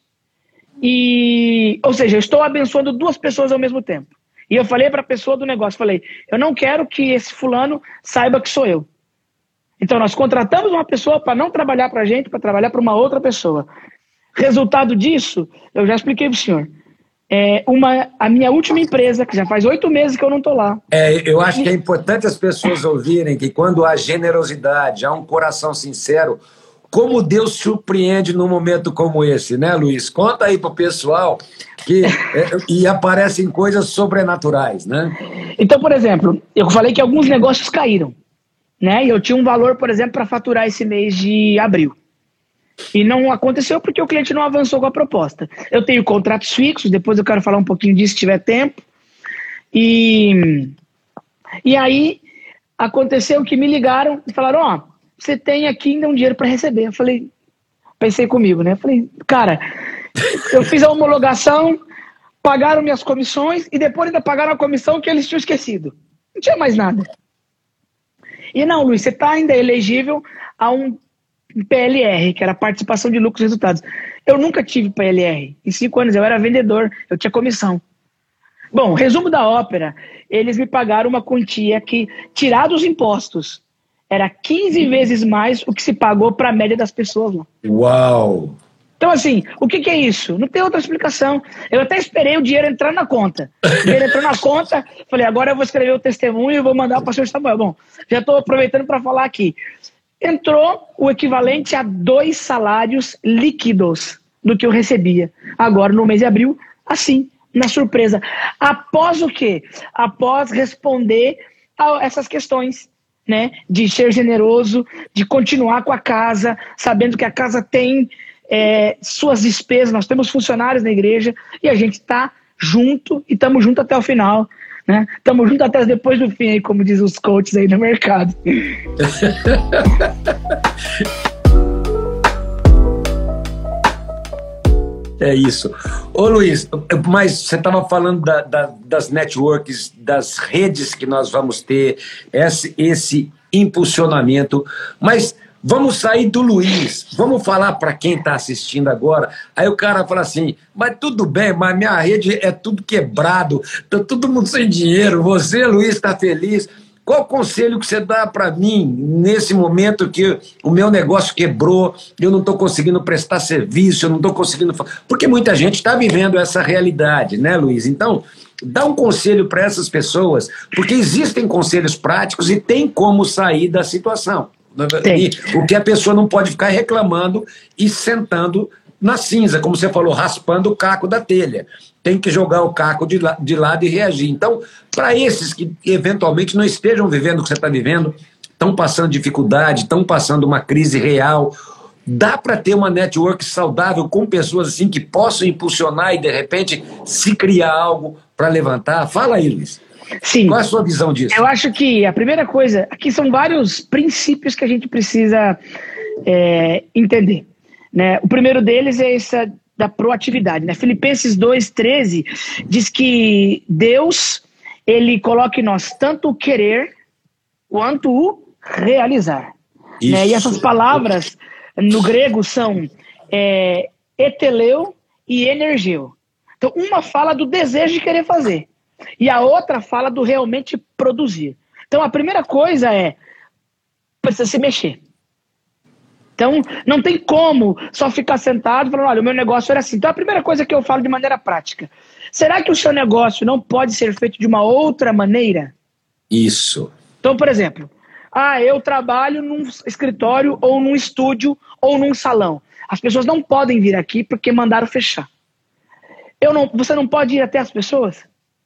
ou seja, eu estou abençoando 2 pessoas ao mesmo tempo. E eu falei para a pessoa do negócio, falei, eu não quero que esse fulano saiba que sou eu. Então nós contratamos uma pessoa para não trabalhar para a gente, para trabalhar para uma outra pessoa. Resultado disso, eu já expliquei para o senhor. A minha última empresa, que já faz 8 meses que eu não estou lá. Eu acho que é importante as pessoas ouvirem que quando há generosidade, há um coração sincero, como Deus surpreende num momento como esse, né, Luiz? Conta aí para o pessoal e aparecem coisas sobrenaturais, né? Então, por exemplo, eu falei que alguns negócios caíram, né? E eu tinha um valor, por exemplo, para faturar esse mês de abril. E não aconteceu porque o cliente não avançou com a proposta. Eu tenho contratos fixos, depois eu quero falar um pouquinho disso se tiver tempo. E aí aconteceu que me ligaram e falaram, você tem aqui ainda um dinheiro para receber. Eu falei, pensei comigo, né? Eu falei, cara, eu fiz a homologação, pagaram minhas comissões e depois ainda pagaram a comissão que eles tinham esquecido. Não tinha mais nada. E não, Luiz, você está ainda elegível a um PLR, que era participação de lucros e resultados. Eu nunca tive PLR. Em 5 anos eu era vendedor, eu tinha comissão. Bom, resumo da ópera, eles me pagaram uma quantia que, tirado os impostos, era 15 vezes mais o que se pagou para a média das pessoas lá. Uau! Então, assim, o que é isso? Não tem outra explicação. Eu até esperei o dinheiro entrar na conta. O dinheiro entrou na conta, falei, agora eu vou escrever o testemunho e vou mandar para o senhor Samuel. Bom, já estou aproveitando para falar aqui. Entrou o equivalente a 2 salários líquidos do que eu recebia. Agora, no mês de abril, assim, na surpresa. Após o quê? Após responder a essas questões, né? De ser generoso, de continuar com a casa, sabendo que a casa tem suas despesas, nós temos funcionários na igreja e a gente está junto e estamos juntos até o final. Né? Estamos juntos até depois do fim, aí, como diz os coaches aí no mercado. É isso. Ô Luiz, mas você estava falando das networks, das redes que nós vamos ter, esse impulsionamento, mas Vamos sair do Luiz, vamos falar para quem está assistindo agora. Aí o cara fala assim, mas tudo bem, mas minha rede é tudo quebrado, tá todo mundo sem dinheiro, você, Luiz, está feliz. Qual o conselho que você dá para mim nesse momento que o meu negócio quebrou, eu não estou conseguindo prestar serviço, eu não estou conseguindo... Porque muita gente está vivendo essa realidade, né, Luiz? Então, dá um conselho para essas pessoas, porque existem conselhos práticos e tem como sair da situação. E o que a pessoa não pode ficar reclamando e sentando na cinza, como você falou, raspando o caco da telha. Tem que jogar o caco de lado e reagir. Então, para esses que eventualmente não estejam vivendo o que você está vivendo, estão passando dificuldade, estão passando uma crise real, dá para ter uma network saudável com pessoas assim que possam impulsionar e, de repente, se criar algo para levantar? Fala aí, Luiz. Sim. Qual é a sua visão disso? Eu acho que a primeira coisa, aqui são vários princípios que a gente precisa entender. Né? O primeiro deles é essa da proatividade. Né? Filipenses 2,13 diz que Deus, ele coloca em nós tanto o querer quanto o realizar. Né? E essas palavras no grego são eteleu e energeu. Então, uma fala do desejo de querer fazer e a outra fala do realmente produzir. Então, a primeira coisa precisa se mexer. Então, não tem como só ficar sentado falando, olha, o meu negócio era assim. Então, a primeira coisa que eu falo de maneira prática, será que o seu negócio não pode ser feito de uma outra maneira? Isso. Então, por exemplo, eu trabalho num escritório ou num estúdio ou num salão. As pessoas não podem vir aqui porque mandaram fechar. Você não pode ir até as pessoas?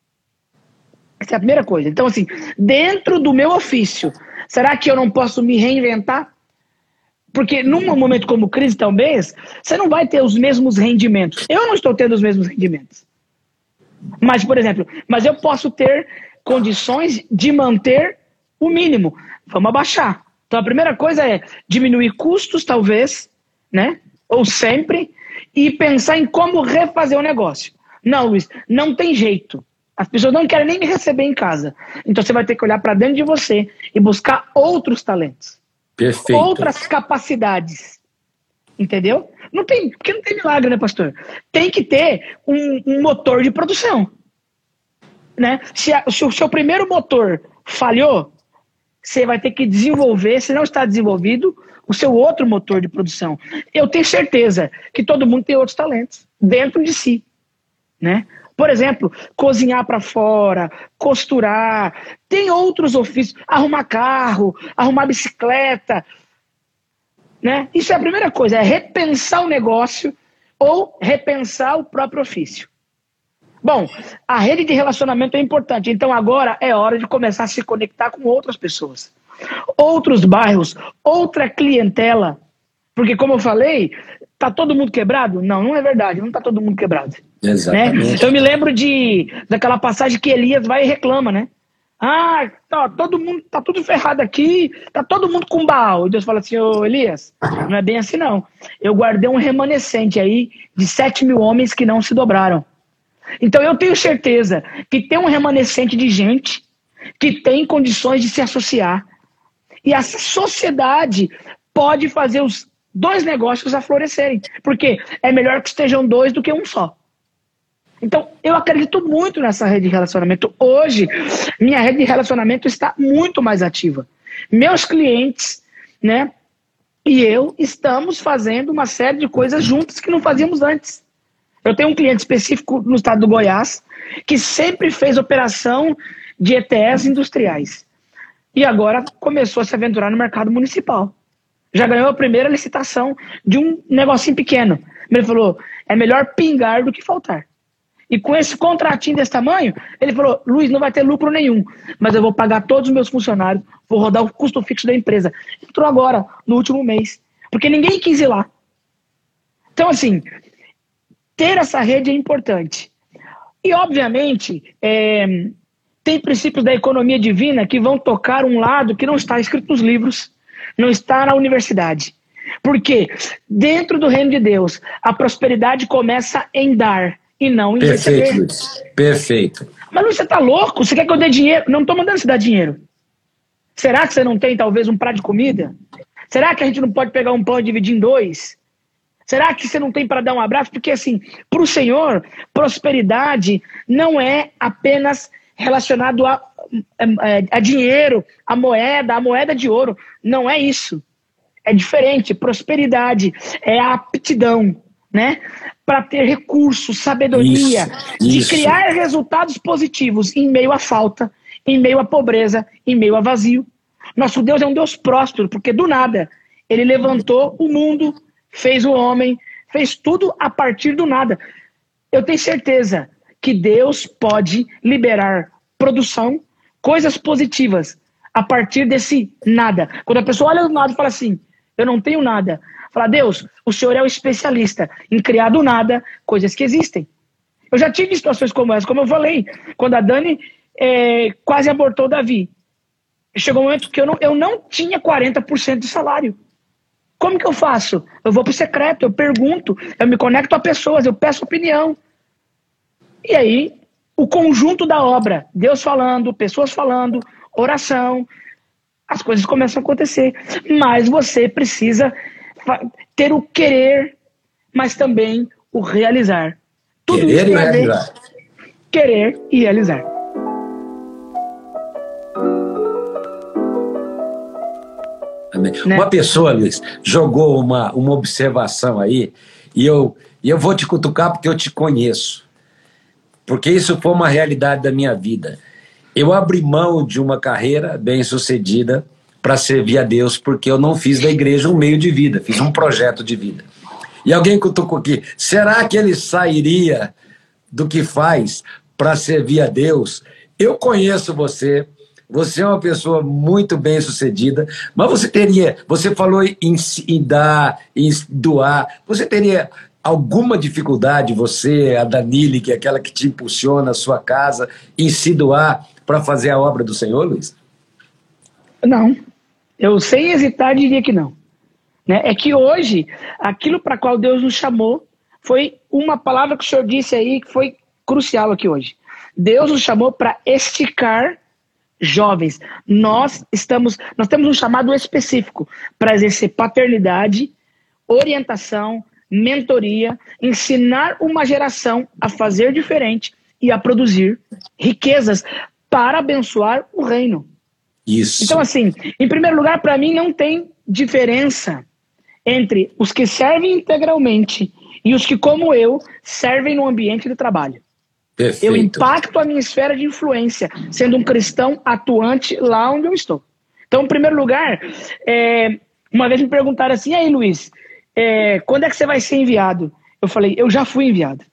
Essa é a primeira coisa. Então, assim, dentro do meu ofício, será que eu não posso me reinventar? Porque num momento como crise, talvez, você não vai ter os mesmos rendimentos. Eu não estou tendo os mesmos rendimentos. Mas, por exemplo, eu posso ter condições de manter o mínimo. Vamos abaixar. Então, a primeira coisa é diminuir custos, talvez, né? Ou sempre, e pensar em como refazer o negócio. Não, Luiz, não tem jeito. As pessoas não querem nem me receber em casa. Então, você vai ter que olhar para dentro de você e buscar outros talentos. Perfeito. Outras capacidades. Entendeu? Porque não tem milagre, né, pastor? Tem que ter um motor de produção. Né? Se o seu primeiro motor falhou, você vai ter que desenvolver, se não está desenvolvido, o seu outro motor de produção. Eu tenho certeza que todo mundo tem outros talentos dentro de si. Né? Por exemplo, cozinhar para fora, costurar, tem outros ofícios, arrumar carro, arrumar bicicleta. Né? Isso é a primeira coisa, é repensar o negócio ou repensar o próprio ofício. Bom, a rede de relacionamento é importante, então agora é hora de começar a se conectar com outras pessoas. Outros bairros, outra clientela. Porque, como eu falei, tá todo mundo quebrado? Não, não é verdade, não tá todo mundo quebrado. Exatamente. Né? Eu me lembro daquela passagem que Elias vai e reclama, né? Todo mundo, tá tudo ferrado aqui, tá todo mundo com Baal. E Deus fala assim, ô Elias, não é bem assim não. Eu guardei um remanescente aí de 7.000 homens que não se dobraram. Então eu tenho certeza que tem um remanescente de gente que tem condições de se associar. E a sociedade pode fazer os dois negócios a florescerem. Porque é melhor que estejam dois do que um só. Então, eu acredito muito nessa rede de relacionamento. Hoje, minha rede de relacionamento está muito mais ativa. Meus clientes, né, e eu estamos fazendo uma série de coisas juntos que não fazíamos antes. Eu tenho um cliente específico no estado do Goiás que sempre fez operação de ETS industriais. E agora começou a se aventurar no mercado municipal. Já ganhou a primeira licitação de um negocinho pequeno. Ele falou, é melhor pingar do que faltar. E com esse contratinho desse tamanho, ele falou, Luiz, não vai ter lucro nenhum, mas eu vou pagar todos os meus funcionários, vou rodar o custo fixo da empresa. Entrou agora, no último mês, porque ninguém quis ir lá. Então, assim, ter essa rede é importante. E, obviamente, tem princípios da economia divina que vão tocar um lado que não está escrito nos livros, não está na universidade. Porque dentro do reino de Deus, a prosperidade começa em dar e não em receber. Perfeito, Luiz. Perfeito. Mas Luiz, você tá louco? Você quer que eu dê dinheiro? Não estou mandando você dar dinheiro. Será que você não tem talvez um prato de comida? Será que a gente não pode pegar um pão e dividir em dois? Será que você não tem para dar um abraço? Porque assim, para o Senhor, prosperidade não é apenas relacionado a dinheiro, a moeda de ouro. Não é isso. É diferente. Prosperidade é a aptidão, né, para ter recursos, sabedoria, de criar resultados positivos em meio à falta, em meio à pobreza, em meio a vazio. Nosso Deus é um Deus próspero, porque do nada ele levantou o mundo, fez o homem, fez tudo a partir do nada. Eu tenho certeza que Deus pode liberar produção, coisas positivas, a partir desse nada. Quando a pessoa olha do nada e fala assim, eu não tenho nada. Fala, Deus, o Senhor é o especialista em criar do nada coisas que existem. Eu já tive situações como essa, como eu falei, quando a Dani quase abortou o Davi. Chegou um momento que eu não tinha 40% de salário. Como que eu faço? Eu vou pro secreto, eu pergunto, eu me conecto a pessoas, eu peço opinião. E aí, o conjunto da obra, Deus falando, pessoas falando, oração, as coisas começam a acontecer. Mas você precisa ter o querer, mas também o realizar. Tudo querer isso e realizar. Querer e realizar. Né? Uma pessoa, Luiz, jogou uma observação aí, e eu vou te cutucar porque eu te conheço. Porque isso foi uma realidade da minha vida. Eu abri mão de uma carreira bem-sucedida para servir a Deus, porque eu não fiz da igreja um meio de vida, fiz um projeto de vida. E alguém cutucou aqui, será que ele sairia do que faz para servir a Deus? Eu conheço você. Você é uma pessoa muito bem sucedida, mas você falou em dar, em doar, você teria alguma dificuldade, você, a Danile, que é aquela que te impulsiona a sua casa, em se doar para fazer a obra do Senhor, Luiz? Não, eu sem hesitar diria que não. Né? É que hoje, aquilo para qual Deus nos chamou, foi uma palavra que o Senhor disse aí, que foi crucial aqui hoje. Deus nos chamou para esticar jovens. Nós temos um chamado específico para exercer paternidade, orientação, mentoria, ensinar uma geração a fazer diferente e a produzir riquezas para abençoar o reino. Isso. Então, assim, em primeiro lugar, para mim não tem diferença entre os que servem integralmente e os que, como eu, servem no ambiente de trabalho. Perfeito. Eu impacto a minha esfera de influência, sendo um cristão atuante lá onde eu estou. Então, em primeiro lugar, uma vez me perguntaram assim, e aí, Luiz, quando é que você vai ser enviado? Eu falei, eu já fui enviado.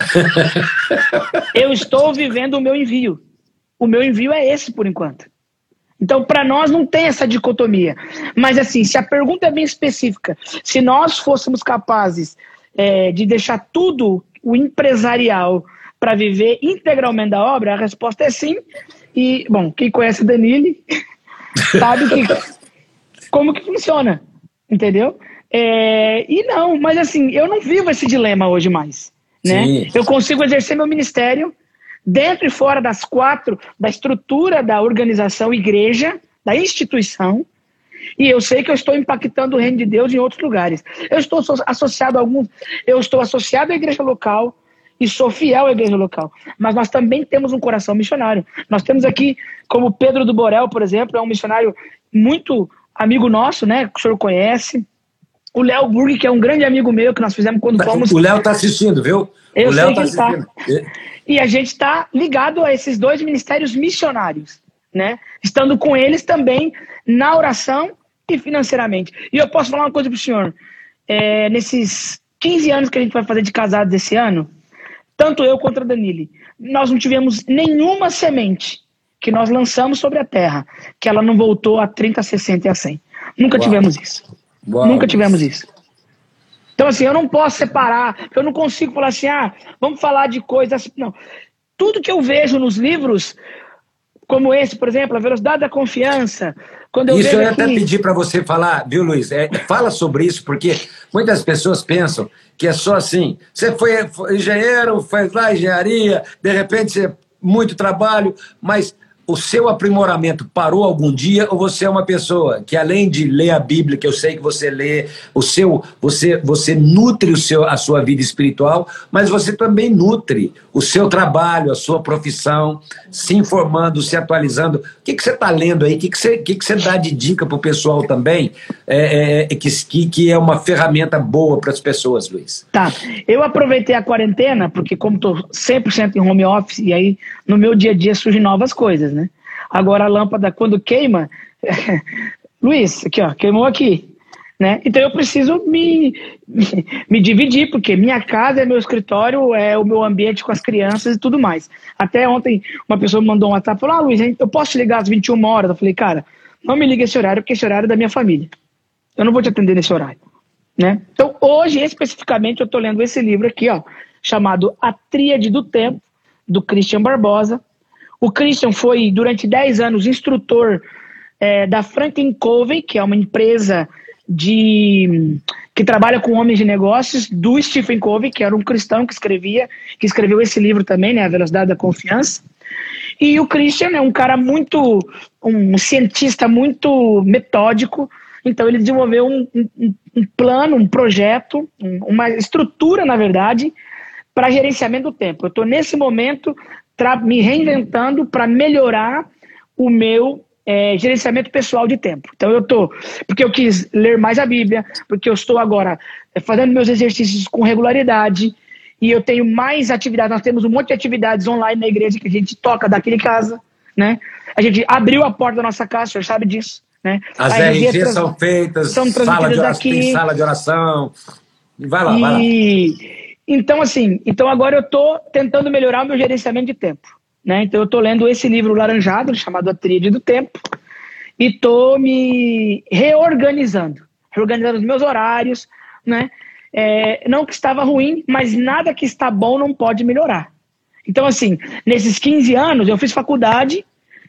Eu estou vivendo o meu envio. O meu envio é esse, por enquanto. Então, para nós não tem essa dicotomia. Mas, assim, se a pergunta é bem específica, se nós fôssemos capazes de deixar tudo o empresarial para viver integralmente da obra, a resposta é sim. E, bom, quem conhece a Danile sabe como que funciona, entendeu? E não, mas assim, eu não vivo esse dilema hoje mais, né? Eu consigo exercer meu ministério dentro e fora das quatro, da estrutura da organização igreja, da instituição, e eu sei que eu estou impactando o reino de Deus em outros lugares. Eu estou associado à igreja local, e sou fiel à igreja local. Mas nós também temos um coração missionário. Nós temos aqui, como Pedro do Borel, por exemplo, é um missionário muito amigo nosso, né? Que o senhor conhece. O Léo Burg, que é um grande amigo meu, que nós fizemos quando fomos... O Léo está assistindo, viu? Eu o Léo sei que ele está. E a gente está ligado a esses dois ministérios missionários, né? Estando com eles também na oração e financeiramente. E eu posso falar uma coisa para o senhor. Nesses 15 anos que a gente vai fazer de casados esse ano, tanto eu quanto a Danile, nós não tivemos nenhuma semente que nós lançamos sobre a terra, que ela não voltou a 30, 60 e a 100. Nunca tivemos isso. Nunca tivemos isso. Então, assim, eu não posso separar, eu não consigo falar assim, vamos falar de coisas... Não. Tudo que eu vejo nos livros, como esse, por exemplo, A Velocidade da Confiança... Quando eu isso eu ia aqui... até pedir para você falar, viu, Luiz? Fala sobre isso, porque muitas pessoas pensam que é só assim, você foi engenheiro, fez lá engenharia, de repente você muito trabalho, mas o seu aprimoramento parou algum dia, ou você é uma pessoa que, além de ler a Bíblia, que eu sei que você lê, você nutre a sua vida espiritual, mas você também nutre o seu trabalho, a sua profissão, se informando, se atualizando. O que você está lendo aí? O que você dá de dica para o pessoal também, que é uma ferramenta boa para as pessoas, Luiz? Tá, eu aproveitei a quarentena, porque como estou 100% em home office, e aí no meu dia a dia surgem novas coisas, né? Agora a lâmpada, quando queima, Luiz, aqui ó, queimou aqui, né? Então eu preciso me dividir, porque minha casa é meu escritório, é o meu ambiente com as crianças e tudo mais. Até ontem uma pessoa me mandou um WhatsApp e falou: Luiz, eu posso te ligar às 21 horas? Eu falei: cara, não me liga esse horário, porque esse horário é da minha família. Eu não vou te atender nesse horário, né? Então hoje, especificamente, eu estou lendo esse livro aqui, ó, chamado A Tríade do Tempo, do Christian Barbosa. O Christian foi, durante 10 anos, instrutor da Franklin Covey, que é uma empresa que trabalha com homens de negócios, do Stephen Covey, que era um cristão que escreveu esse livro também, né, A Velocidade da Confiança. E o Christian é um cara um cientista muito metódico. Então ele desenvolveu um plano, um projeto, uma estrutura, na verdade, para gerenciamento do tempo. Eu estou, nesse momento, me reinventando para melhorar o meu gerenciamento pessoal de tempo. Então porque eu quis ler mais a Bíblia, porque eu estou agora fazendo meus exercícios com regularidade, e eu tenho mais atividades. Nós temos um monte de atividades online na igreja que a gente toca daqui de casa, né? A gente abriu a porta da nossa casa, o senhor sabe disso, né? As RGs são feitas, tem sala de oração. Vai lá. Então, assim, agora eu estou tentando melhorar o meu gerenciamento de tempo, né? Então eu estou lendo esse livro laranjado, chamado A Tríade do Tempo, e estou me reorganizando os meus horários, né? Não que estava ruim, mas nada que está bom não pode melhorar. Então, assim, nesses 15 anos eu fiz faculdade,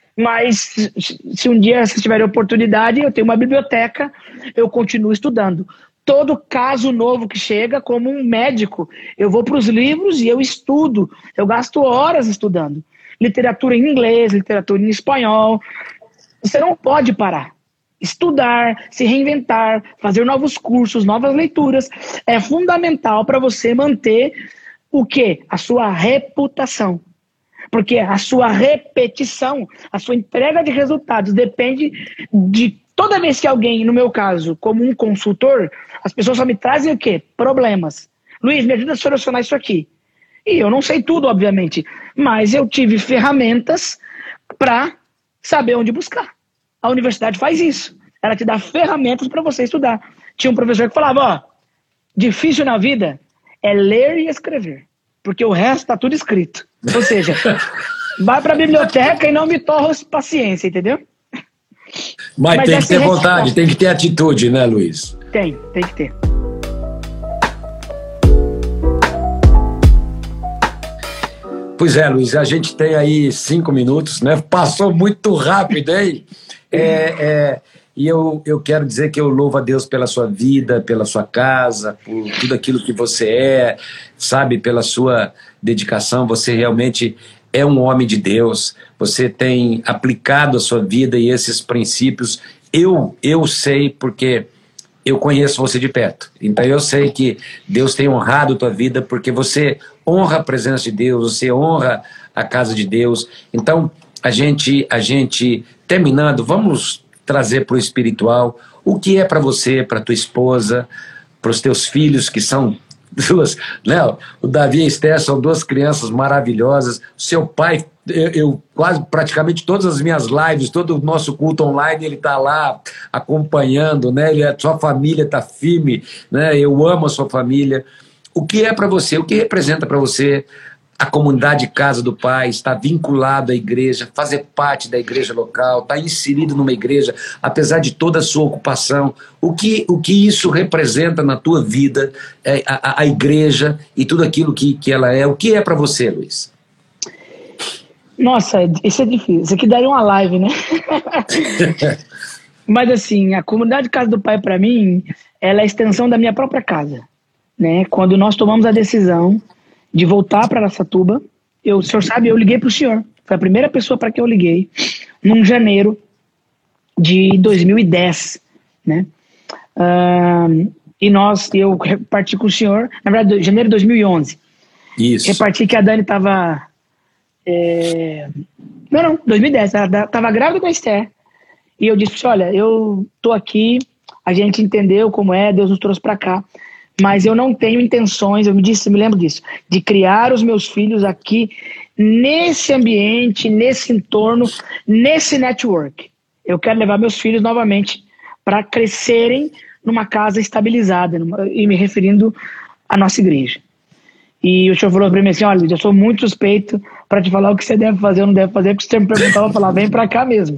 mas se um dia vocês tiverem oportunidade, eu tenho uma biblioteca, eu continuo estudando. Todo caso novo que chega, como um médico, eu vou para os livros e eu estudo. Eu gasto horas estudando. Literatura em inglês, literatura em espanhol. Você não pode parar. Estudar, se reinventar, fazer novos cursos, novas leituras, é fundamental para você manter o quê? A sua reputação. Porque a sua repetição, a sua entrega de resultados depende de... Toda vez que alguém, no meu caso, como um consultor, as pessoas só me trazem o quê? Problemas. Luiz, me ajuda a solucionar isso aqui. E eu não sei tudo, obviamente, mas eu tive ferramentas para saber onde buscar. A universidade faz isso. Ela te dá ferramentas para você estudar. Tinha um professor que falava, ó, difícil na vida é ler e escrever, porque o resto está tudo escrito. Ou seja, vai para a biblioteca e não me torra paciência, entendeu? Mas tem que ter vontade, tem que ter atitude, né, Luiz? Tem que ter. Pois é, Luiz, a gente tem aí 5 minutos, né? Passou muito rápido, hein? E eu quero dizer que eu louvo a Deus pela sua vida, pela sua casa, por tudo aquilo que você é, sabe? Pela sua dedicação, você realmente é um homem de Deus, você tem aplicado a sua vida e esses princípios. Eu sei porque eu conheço você de perto. Então eu sei que Deus tem honrado a tua vida porque você honra a presença de Deus, você honra a casa de Deus. Então a gente terminando, vamos trazer para o espiritual o que é para você, para tua esposa, para os teus filhos, que são duas, né? O Davi e a Esther são 2 crianças maravilhosas. O seu pai, eu quase praticamente todas as minhas lives, todo o nosso culto online, ele está lá acompanhando, né? Sua família está firme, né? Eu amo a sua família. O que é para você? O que representa para você a comunidade Casa do Pai, estar vinculado à igreja, fazer parte da igreja local, estar inserido numa igreja, apesar de toda a sua ocupação? O que isso representa na tua vida, a igreja e tudo aquilo que ela é? O que é para você, Luiz? Nossa, isso é difícil. Isso aqui daria uma live, né? Mas assim, a comunidade Casa do Pai, para mim, ela é a extensão da minha própria casa, né? Quando nós tomamos a decisão de voltar para Araçatuba, o senhor sabe, eu liguei para o senhor. Foi a primeira pessoa para quem eu liguei, num janeiro de 2010, né? Eu reparti com o senhor, na verdade, janeiro de 2011. Isso. Reparti que a Dani estava... 2010, ela estava grávida com a Esther. E eu disse, olha, eu tô aqui, a gente entendeu como é, Deus nos trouxe para cá, mas eu não tenho intenções, me lembro disso, de criar os meus filhos aqui nesse ambiente, nesse entorno, nesse network. Eu quero levar meus filhos novamente para crescerem numa casa estabilizada, e me referindo à nossa igreja. E o senhor falou para mim assim, olha, eu sou muito suspeito para te falar o que você deve fazer ou não deve fazer, porque você me perguntava, eu falava, vem para cá mesmo.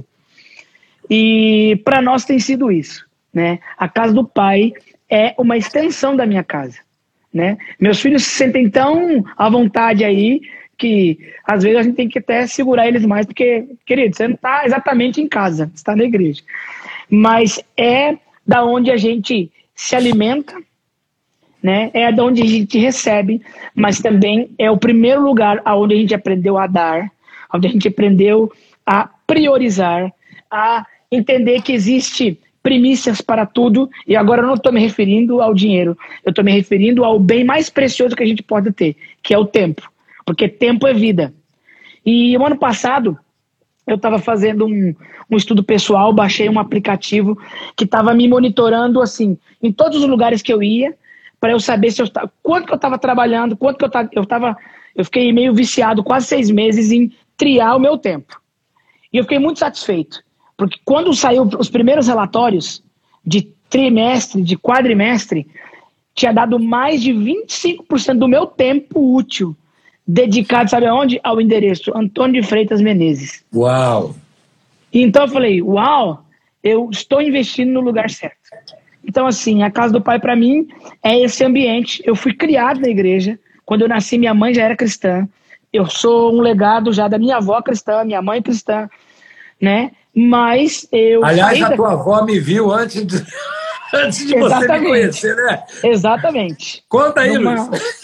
E para nós tem sido isso, né? A casa do Pai é uma extensão da minha casa, né? Meus filhos se sentem tão à vontade aí que às vezes a gente tem que até segurar eles mais, porque, querido, você não está exatamente em casa, você está na igreja. Mas é da onde a gente se alimenta, né? É da onde a gente recebe, mas também é o primeiro lugar onde a gente aprendeu a dar, onde a gente aprendeu a priorizar, a entender que existe primícias para tudo, e agora eu não estou me referindo ao dinheiro, eu estou me referindo ao bem mais precioso que a gente pode ter, que é o tempo, porque tempo é vida. E o ano passado, eu estava fazendo um estudo pessoal, baixei um aplicativo que estava me monitorando, assim, em todos os lugares que eu ia, para eu saber quanto que eu estava trabalhando, quanto que eu fiquei meio viciado, quase 6 meses em triar o meu tempo. E eu fiquei muito satisfeito, porque quando saiu os primeiros relatórios de trimestre, de quadrimestre, tinha dado mais de 25% do meu tempo útil dedicado, sabe aonde? Ao endereço Antônio de Freitas Menezes. Uau! Então eu falei, uau, eu estou investindo no lugar certo. Então assim, a casa do Pai para mim é esse ambiente. Eu fui criado na igreja, quando eu nasci minha mãe já era cristã, eu sou um legado já da minha avó cristã, minha mãe cristã, né? Mas eu... Aliás, a tua avó me viu antes de você me conhecer, né? Exatamente. Conta aí, Luiz.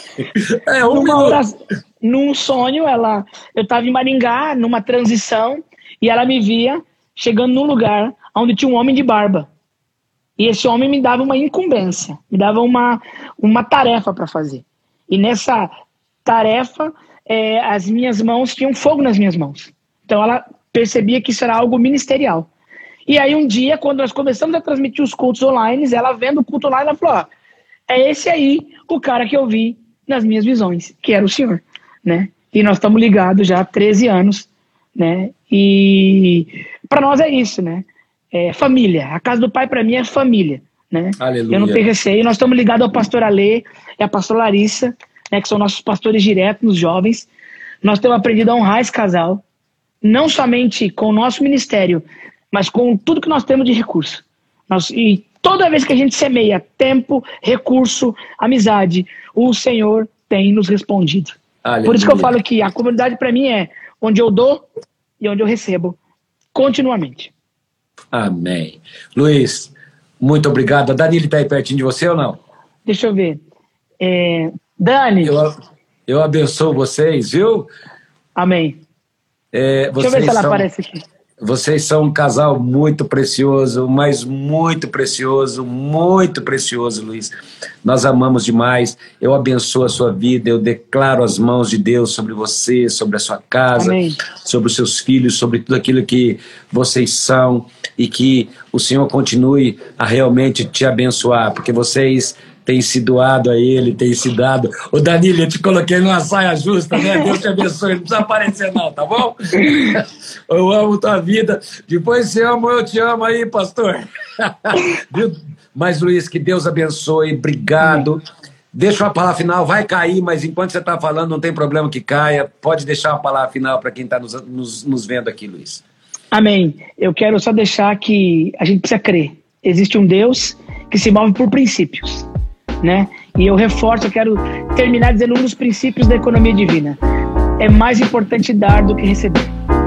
Num sonho, eu estava em Maringá, numa transição, e ela me via chegando num lugar onde tinha um homem de barba. E esse homem me dava uma incumbência, me dava uma tarefa para fazer. E nessa tarefa, as minhas mãos tinham fogo nas minhas mãos. Então ela percebia que isso era algo ministerial. E aí um dia, quando nós começamos a transmitir os cultos online, ela vendo o culto online, ela falou, ó, é esse aí o cara que eu vi nas minhas visões, que era o senhor, né? E nós estamos ligados já há 13 anos, né? E para nós é isso, né? É família. A casa do Pai para mim é família, né? Aleluia. Eu não tenho receio. Nós estamos ligados ao pastor Alê e à pastora Larissa, né, que são nossos pastores diretos nos jovens. Nós temos aprendido a honrar esse casal, não somente com o nosso ministério, mas com tudo que nós temos de recurso. E toda vez que a gente semeia tempo, recurso, amizade, o Senhor tem nos respondido. Aleluia. Por isso que eu falo que a comunidade para mim é onde eu dou e onde eu recebo continuamente. Amém. Luiz, muito obrigado. A Danile está aí pertinho de você ou não? Deixa eu ver. Dani. Eu abençoo vocês, viu? Amém. Deixa eu ver se ela aparece aqui. Vocês são um casal muito precioso, mas muito precioso, Luiz. Nós amamos demais. Eu abençoo a sua vida, eu declaro as mãos de Deus sobre você, sobre a sua casa, amém, sobre os seus filhos, sobre tudo aquilo que vocês são, e que o Senhor continue a realmente te abençoar, porque vocês têm se doado a Ele, têm se dado. Ô Danilo, eu te coloquei numa saia justa, né? Deus te abençoe, não precisa aparecer não, tá bom? Eu amo tua vida. Depois se ama, eu te amo aí, pastor. Mas, Luiz, que Deus abençoe, obrigado. Deixa a palavra final, vai cair, mas enquanto você está falando, não tem problema que caia. Pode deixar a palavra final para quem está nos vendo aqui, Luiz. Amém. Eu quero só deixar que a gente precisa crer. Existe um Deus que se move por princípios, né? E eu reforço, eu quero terminar dizendo um dos princípios da economia divina. É mais importante dar do que receber.